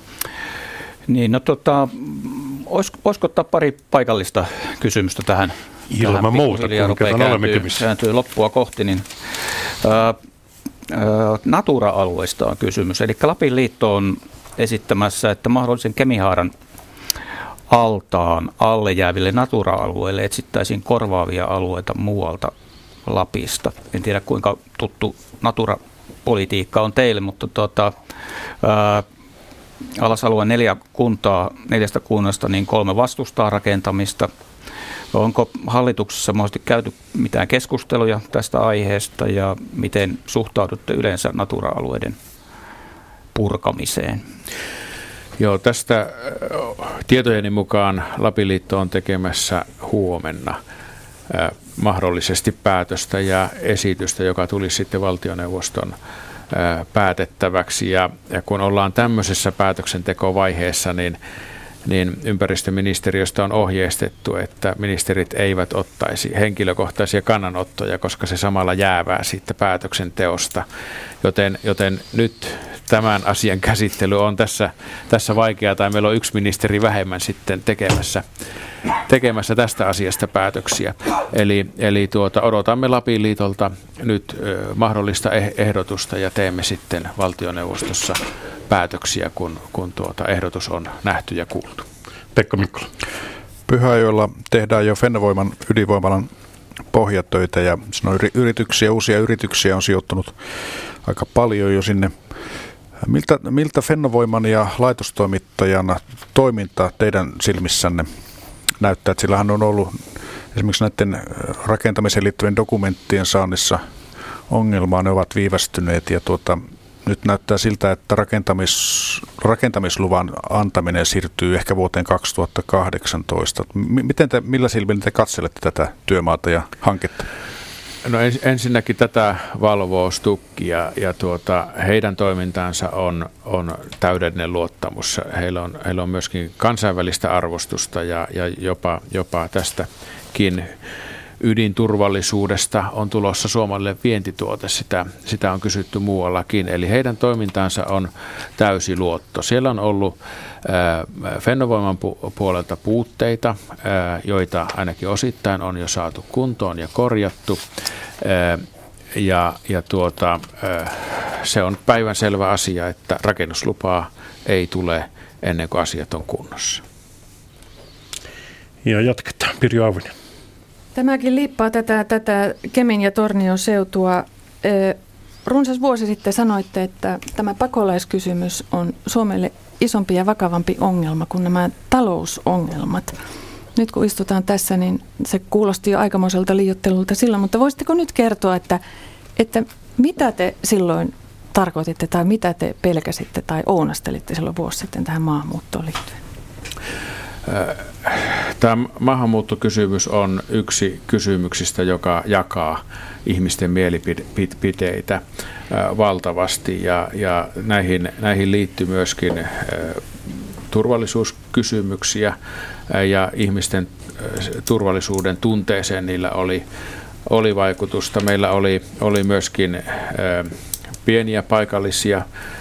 Speaker 3: Niin, no tota, olisiko, olisiko ottaa pari paikallista kysymystä tähän?
Speaker 1: Ilman muuta, kun kerran olemme kymissä.
Speaker 3: Kääntyy loppua kohti, niin ää, ää, Natura-alueista on kysymys. Eli Lapin liitto on esittämässä, että mahdollisen Kemihaaran altaan alle jääville Natura-alueille etsittäisiin korvaavia alueita muualta Lapista. En tiedä, kuinka tuttu Natura-politiikka on teille, mutta tuota, ää, alasalueen neljä kuntaa, neljästä kunnasta, niin kolme vastustaa rakentamista. Onko hallituksessa mahdollisesti käyty mitään keskusteluja tästä aiheesta ja miten suhtaudutte yleensä Natura-alueiden purkamiseen?
Speaker 2: Joo, tästä tietojeni mukaan Lapin liitto on tekemässä huomenna äh, mahdollisesti päätöstä ja esitystä, joka tulisi sitten valtioneuvoston äh, päätettäväksi. Ja, ja kun ollaan tämmöisessä päätöksentekovaiheessa, niin niin ympäristöministeriöstä on ohjeistettu, että ministerit eivät ottaisi henkilökohtaisia kannanottoja, koska se samalla jäävää siitä päätöksenteosta. Joten, joten nyt tämän asian käsittely on tässä, tässä vaikeaa, tai meillä on yksi ministeri vähemmän sitten tekemässä, tekemässä tästä asiasta päätöksiä. Eli, eli tuota, odotamme Lapin liitolta nyt ö, mahdollista ehdotusta ja teemme sitten valtioneuvostossa päätöksiä, kun, kun tuota ehdotus on nähty ja kuultu.
Speaker 1: Pekka Mikkola.
Speaker 4: Pyhäjoella tehdään jo Fennovoiman ydinvoimalan pohjatöitä ja on yrityksiä, uusia yrityksiä on sijoittunut aika paljon jo sinne. Miltä, miltä Fennovoiman ja laitostoimittajana toiminta teidän silmissänne näyttää? Että sillähän on ollut esimerkiksi näiden rakentamiseen liittyvien dokumenttien saannissa ongelmaa, ne ovat viivästyneet ja tuota, nyt näyttää siltä, että rakentamis, rakentamisluvan antaminen siirtyy ehkä vuoteen kaksituhattakahdeksantoista. Miten te, millä silmin te katselette tätä työmaata ja hanketta?
Speaker 2: No ens, ensinnäkin tätä valvoo Stukki ja, ja tuota, heidän toimintaansa on, on täydellinen luottamus. Heillä on, heillä on myöskin kansainvälistä arvostusta ja, ja jopa, jopa tästäkin ydinturvallisuudesta on tulossa Suomelle vientituote. Sitä, sitä on kysytty muuallakin. Eli heidän toimintaansa on täysi luotto. Siellä on ollut äh, Fennovoiman pu- puolelta puutteita, äh, joita ainakin osittain on jo saatu kuntoon ja korjattu. Äh, ja ja tuota, äh, se on päivänselvä asia, että rakennuslupaa ei tule ennen kuin asiat on kunnossa.
Speaker 1: Ja jatketaan. Pirjo Auvinen.
Speaker 5: Tämäkin liippaa tätä, tätä Kemin ja Tornion seutua. Runsas vuosi sitten sanoitte, että tämä pakolaiskysymys on Suomelle isompi ja vakavampi ongelma kuin nämä talousongelmat. Nyt kun istutaan tässä, niin se kuulosti jo aikamoiselta liioittelulta silloin, mutta voisitteko nyt kertoa, että, että mitä te silloin tarkoititte tai mitä te pelkäsitte tai ounastelitte silloin vuosi sitten tähän maahanmuuttoon liittyen?
Speaker 2: Tämä maahanmuuttokysymys on yksi kysymyksistä, joka jakaa ihmisten mielipiteitä valtavasti ja, ja näihin, näihin liittyy myöskin turvallisuuskysymyksiä ja ihmisten turvallisuuden tunteeseen niillä oli, oli vaikutusta. Meillä oli, oli myöskin pieniä paikallisia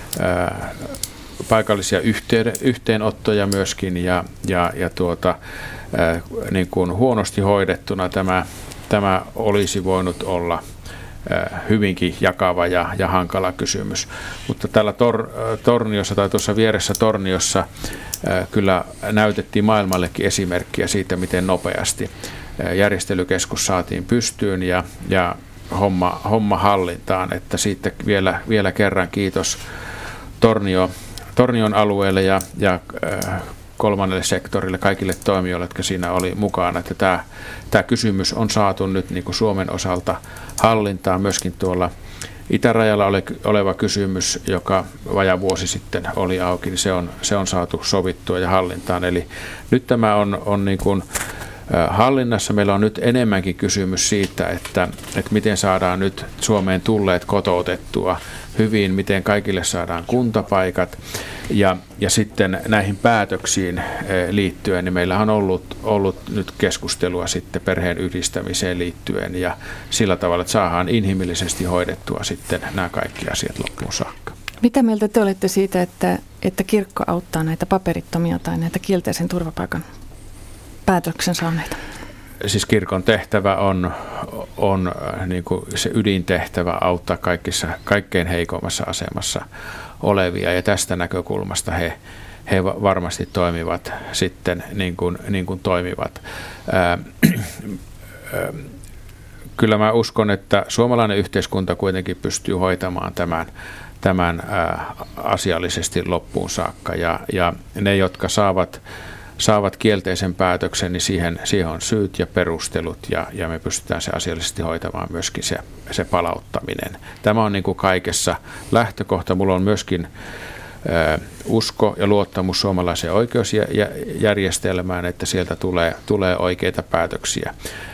Speaker 2: paikallisia yhteen, yhteenottoja myöskin ja, ja, ja tuota, ää, niin kuin huonosti hoidettuna tämä, tämä olisi voinut olla ää, hyvinkin jakava ja, ja hankala kysymys. Mutta täällä tor, Torniossa tai tuossa vieressä Torniossa ää, kyllä näytettiin maailmallekin esimerkkiä siitä, miten nopeasti ää, järjestelykeskus saatiin pystyyn ja, ja homma, homma hallintaan, että siitä vielä, vielä kerran kiitos Tornio Tornion alueelle ja, ja äh, kolmannelle sektorille, kaikille toimijoille, jotka siinä oli mukana. Että tämä, tämä kysymys on saatu nyt niin kuin Suomen osalta hallintaan. Myöskin tuolla itärajalla ole, oleva kysymys, joka vajaa vuosi sitten oli auki, niin se on, se on saatu sovittua ja hallintaan. Eli nyt tämä on, on niin kuin hallinnassa. Meillä on nyt enemmänkin kysymys siitä, että, että miten saadaan nyt Suomeen tulleet kotoutettua hyvin, miten kaikille saadaan kuntapaikat ja, ja sitten näihin päätöksiin liittyen, niin meillä on ollut, ollut nyt keskustelua sitten perheen yhdistämiseen liittyen ja sillä tavalla, että saadaan inhimillisesti hoidettua sitten nämä kaikki asiat loppuun saakka.
Speaker 5: Mitä mieltä te olette siitä, että, että kirkko auttaa näitä paperittomia tai näitä kielteisen turvapaikan päätöksen saaneita?
Speaker 2: Siis kirkon tehtävä on, on niin kuin se ydintehtävä auttaa kaikissa, kaikkein heikoimmassa asemassa olevia ja tästä näkökulmasta he, he varmasti toimivat sitten niin kuin, niin kuin toimivat. Ää, ää, kyllä mä uskon, että suomalainen yhteiskunta kuitenkin pystyy hoitamaan tämän, tämän ää, asiallisesti loppuun saakka ja, ja ne, jotka saavat saavat kielteisen päätöksen, niin siihen, siihen on syyt ja perustelut ja, ja me pystytään se asiallisesti hoitamaan myöskin se, se palauttaminen. Tämä on niin kuin kaikessa lähtökohta. Mulla on myöskin ö, usko ja luottamus suomalaiseen oikeusjärjestelmään, että sieltä tulee, tulee oikeita päätöksiä.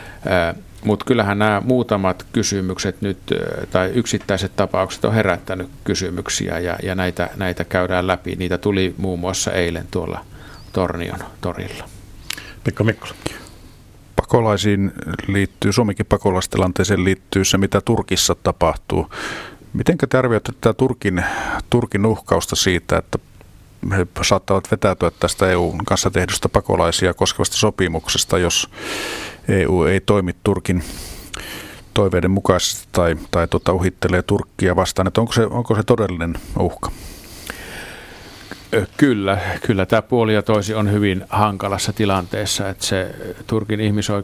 Speaker 2: Mutta kyllähän nämä muutamat kysymykset nyt tai yksittäiset tapaukset on herättänyt kysymyksiä ja, ja näitä, näitä käydään läpi. Niitä tuli muun muassa eilen tuolla Tornion torilla.
Speaker 1: Pekka Mikkola.
Speaker 4: Pakolaisiin liittyy, Suomenkin pakolaistilanteeseen liittyy se, mitä Turkissa tapahtuu. Miten te arvioitte tätä Turkin, Turkin uhkausta siitä, että he saattavat vetäytyä tästä E U:n kanssa tehdystä pakolaisia koskevasta sopimuksesta, jos E U ei toimi Turkin toiveiden mukaisesti tai, tai tuota, uhittelee Turkkia vastaan, että onko se, onko se todellinen uhka?
Speaker 2: Kyllä, kyllä tämä puoli ja toisi on hyvin hankalassa tilanteessa, että se Turkin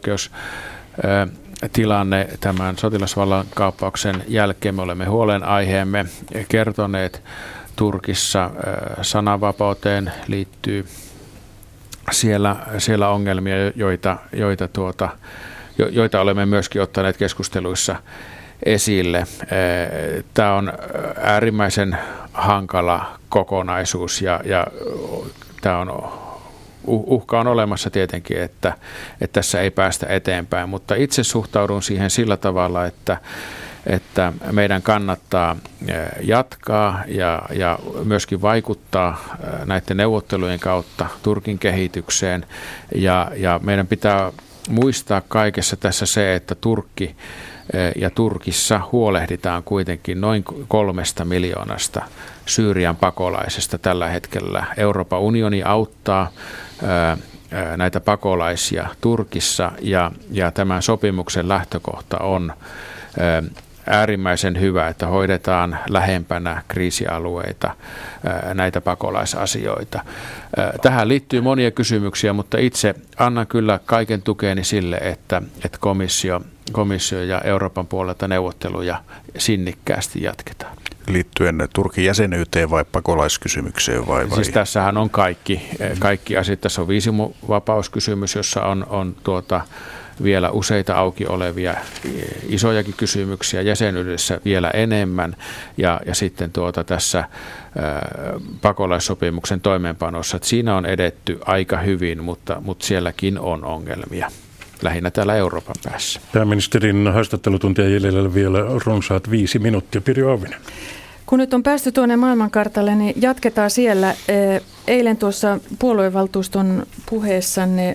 Speaker 2: ihmisoikeustilanne tämän sotilasvallan kaappauksen jälkeen me olemme huolenaiheemme kertoneet. Turkissa sananvapauteen liittyy siellä, siellä ongelmia, joita, joita, tuota, joita olemme myöskin ottaneet keskusteluissa esille. Tämä on äärimmäisen hankala kokonaisuus ja, ja tämä on, uhka on olemassa tietenkin, että, että tässä ei päästä eteenpäin, mutta itse suhtaudun siihen sillä tavalla, että että meidän kannattaa jatkaa ja, ja myöskin vaikuttaa näiden neuvottelujen kautta Turkin kehitykseen. Ja, ja meidän pitää muistaa kaikessa tässä se, että Turkki ja Turkissa huolehditaan kuitenkin noin kolmesta miljoonasta Syyrian pakolaisesta tällä hetkellä. Euroopan unioni auttaa näitä pakolaisia Turkissa ja, ja tämän sopimuksen lähtökohta on äärimmäisen hyvä, että hoidetaan lähempänä kriisialueita näitä pakolaisasioita. Tähän liittyy monia kysymyksiä, mutta itse annan kyllä kaiken tukeni sille, että, että komissio, komissio ja Euroopan puolelta neuvotteluja sinnikkäästi jatketaan.
Speaker 4: Liittyen Turkin jäsenyyteen vai pakolaiskysymykseen? Vai, vai?
Speaker 2: Siis tässähän on kaikki, kaikki asiat. Tässä on viisumivapauskysymys, jossa on, on tuota, vielä useita auki olevia isojakin kysymyksiä, jäsenyydessä vielä enemmän ja, ja sitten tuota tässä ää, pakolaissopimuksen toimeenpanossa, että siinä on edetty aika hyvin, mutta, mutta sielläkin on ongelmia, lähinnä täällä Euroopan päässä.
Speaker 1: Pääministerin haastattelutuntia jäljellä vielä runsaat viisi minuuttia. Pirjo Auvinen.
Speaker 5: Kun nyt on päästy tuonne maailmankartalle, niin jatketaan siellä. Eilen tuossa puoluevaltuuston puheessanne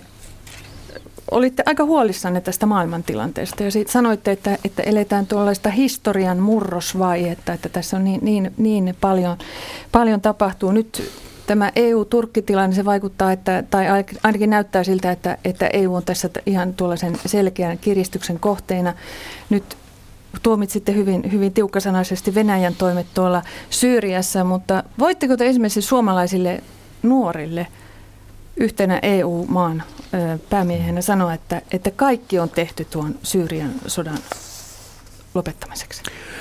Speaker 5: olitte aika huolissanne tästä maailmantilanteesta ja siitä sanoitte, että, että eletään tuollaista historian murrosvaihetta, että tässä on niin, niin, niin paljon, paljon tapahtuu. Nyt tämä E U-Turkki-tilanne, se vaikuttaa, että, tai ainakin näyttää siltä, että, että E U on tässä ihan tuollaisen selkeän kiristyksen kohteena. Nyt tuomitsitte hyvin, hyvin tiukkasanaisesti Venäjän toimet tuolla Syyriassa, mutta voitteko te esimerkiksi suomalaisille nuorille yhtenä E U-maan päämiehenä sanoa, että, että kaikki on tehty tuon Syyrian sodan lopettamiseksi?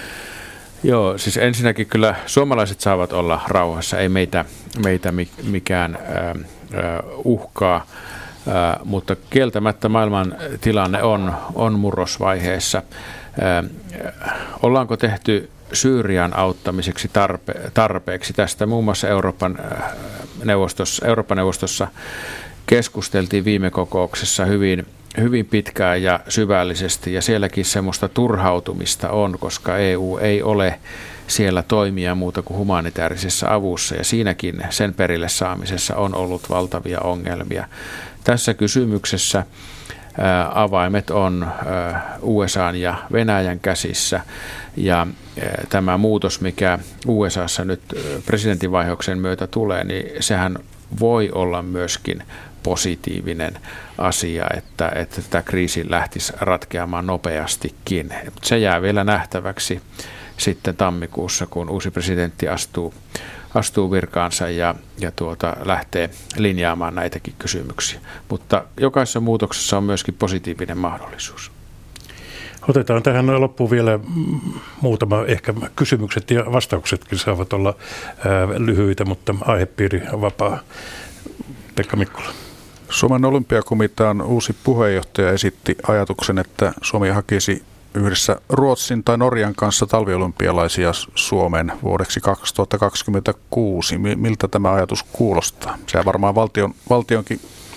Speaker 2: Joo, siis ensinnäkin kyllä suomalaiset saavat olla rauhassa, ei meitä, meitä mikään äh, uhkaa, äh, mutta kieltämättä maailman tilanne on, on murrosvaiheessa. Äh, ollaanko tehty Syyrian auttamiseksi tarpe, tarpeeksi? Tästä muun muassa Euroopan neuvostossa, Euroopan neuvostossa keskusteltiin viime kokouksessa hyvin, hyvin pitkään ja syvällisesti, ja sielläkin semmoista turhautumista on, koska E U ei ole siellä toimia muuta kuin humanitaarisessa avussa, ja siinäkin sen perille saamisessa on ollut valtavia ongelmia. Tässä kysymyksessä avaimet on U S A:n ja Venäjän käsissä, ja tämä muutos, mikä U S A:ssa nyt presidentinvaihdoksen myötä tulee, niin sehän voi olla myöskin positiivinen asia, että, että tämä kriisi lähtisi ratkeamaan nopeastikin. Se jää vielä nähtäväksi sitten tammikuussa, kun uusi presidentti astuu, astuu virkaansa ja, ja tuota, lähtee linjaamaan näitäkin kysymyksiä. Mutta jokaisessa muutoksessa on myöskin positiivinen mahdollisuus.
Speaker 1: Otetaan tähän loppuun vielä muutama ehkä kysymykset ja vastauksetkin saavat olla ää, lyhyitä, mutta aihepiiri vapaa. Pekka Mikkola.
Speaker 4: Suomen olympiakomitean uusi puheenjohtaja esitti ajatuksen, että Suomi hakisi yhdessä Ruotsin tai Norjan kanssa talviolympialaisia Suomeen vuodeksi kaksituhattakaksikymmentäkuusi. Miltä tämä ajatus kuulostaa? Se varmaan valtion, valtionkin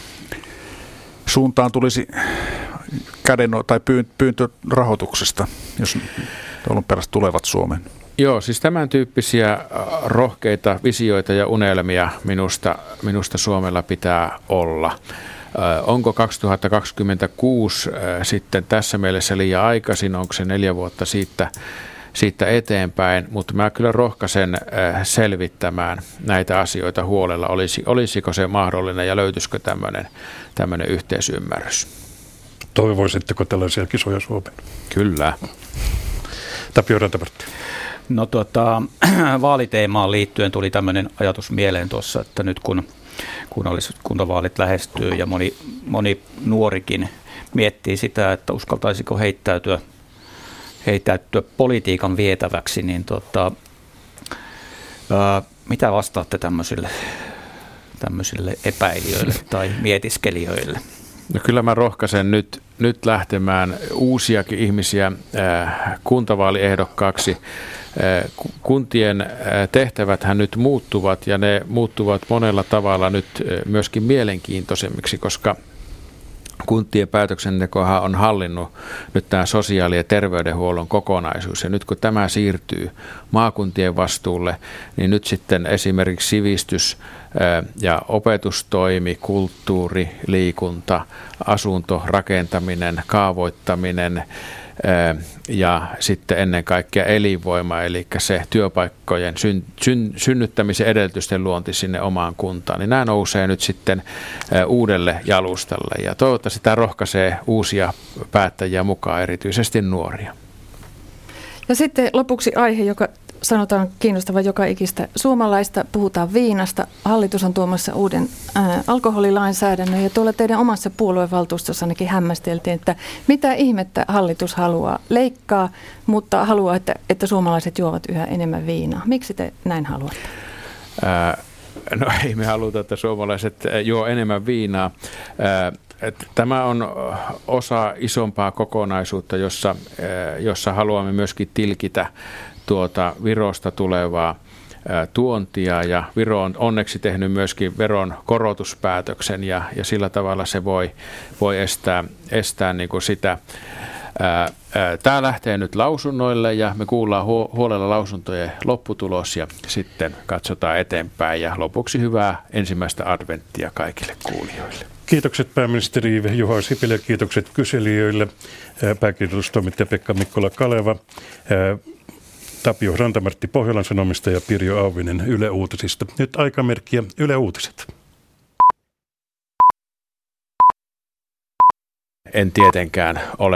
Speaker 4: suuntaan tulisi käden tai pyyntö rahoituksesta, jos olympialaiset tulevat Suomeen.
Speaker 2: Joo, siis tämän tyyppisiä rohkeita visioita ja unelmia minusta, minusta Suomella pitää olla. Onko kaksituhattakaksikymmentäkuusi sitten tässä mielessä liian aikaisin, onko se neljä vuotta siitä, siitä eteenpäin, mutta mä kyllä rohkaisen selvittämään näitä asioita huolella, Olisi, olisiko se mahdollinen ja löytyisikö tämmöinen, tämmöinen yhteisymmärrys.
Speaker 1: Toivoisitteko tällaisia kisoja Suomeen?
Speaker 2: Kyllä.
Speaker 1: Tapio Rantamartti.
Speaker 3: No tuota, vaaliteemaan liittyen tuli tämmöinen ajatus mieleen tuossa, että nyt kun kunnalliskuntavaalit lähestyy ja moni, moni nuorikin miettii sitä, että uskaltaisiko heittäytyä, heittäytyä politiikan vietäväksi, niin tota, ää, mitä vastaatte tämmöisille, tämmöisille epäilijöille tai mietiskelijöille?
Speaker 2: No kyllä mä rohkaisen nyt, nyt lähtemään uusiakin ihmisiä äh, kuntavaaliehdokkaaksi. Äh, kuntien äh, tehtäväthän nyt muuttuvat ja ne muuttuvat monella tavalla nyt äh, myöskin mielenkiintoisemmiksi, koska kuntien päätöksentekohan on hallinnut nyt tämä sosiaali- ja terveydenhuollon kokonaisuus. Ja nyt kun tämä siirtyy maakuntien vastuulle, niin nyt sitten esimerkiksi sivistys- ja opetustoimi, kulttuuri, liikunta, asunto, rakentaminen, kaavoittaminen ja sitten ennen kaikkea elinvoima, eli se työpaikkojen syn, syn, synnyttämisen edellytysten luonti sinne omaan kuntaan, niin nämä nousee nyt sitten uudelle jalustalle ja toivottavasti tämä rohkaisee uusia päättäjiä mukaan, erityisesti nuoria. Ja
Speaker 5: sitten lopuksi aihe, joka sanotaan kiinnostava joka ikistä suomalaista. Puhutaan viinasta. Hallitus on tuomassa uuden ää, alkoholilainsäädännön ja tuolla teidän omassa puoluevaltuustossa ainakin hämmästeltiin, että mitä ihmettä hallitus haluaa leikkaa, mutta haluaa, että, että suomalaiset juovat yhä enemmän viinaa. Miksi te näin haluatte?
Speaker 2: Ää, no ei me haluta, että suomalaiset juo enemmän viinaa. Ää, Tämä on osa isompaa kokonaisuutta, jossa, jossa haluamme myöskin tilkitä tuota Virosta tulevaa tuontia ja Viro on onneksi tehnyt myöskin veron korotuspäätöksen ja, ja sillä tavalla se voi, voi estää, estää niin kuin sitä. Tämä lähtee nyt lausunnoille ja me kuullaan huolella lausuntojen lopputulos ja sitten katsotaan eteenpäin ja lopuksi hyvää ensimmäistä adventtia kaikille kuulijoille.
Speaker 1: Kiitokset pääministeri Juha Sipilä ja kiitokset kyselijöille. Pääkirjoitustoimittaja Pekka Mikkola-Kaleva, Tapio Rantamartti Pohjolan Sanomista ja Pirjo Auvinen Yle Uutisista. Nyt aikamerkkiä Yle Uutiset.
Speaker 2: En tietenkään ole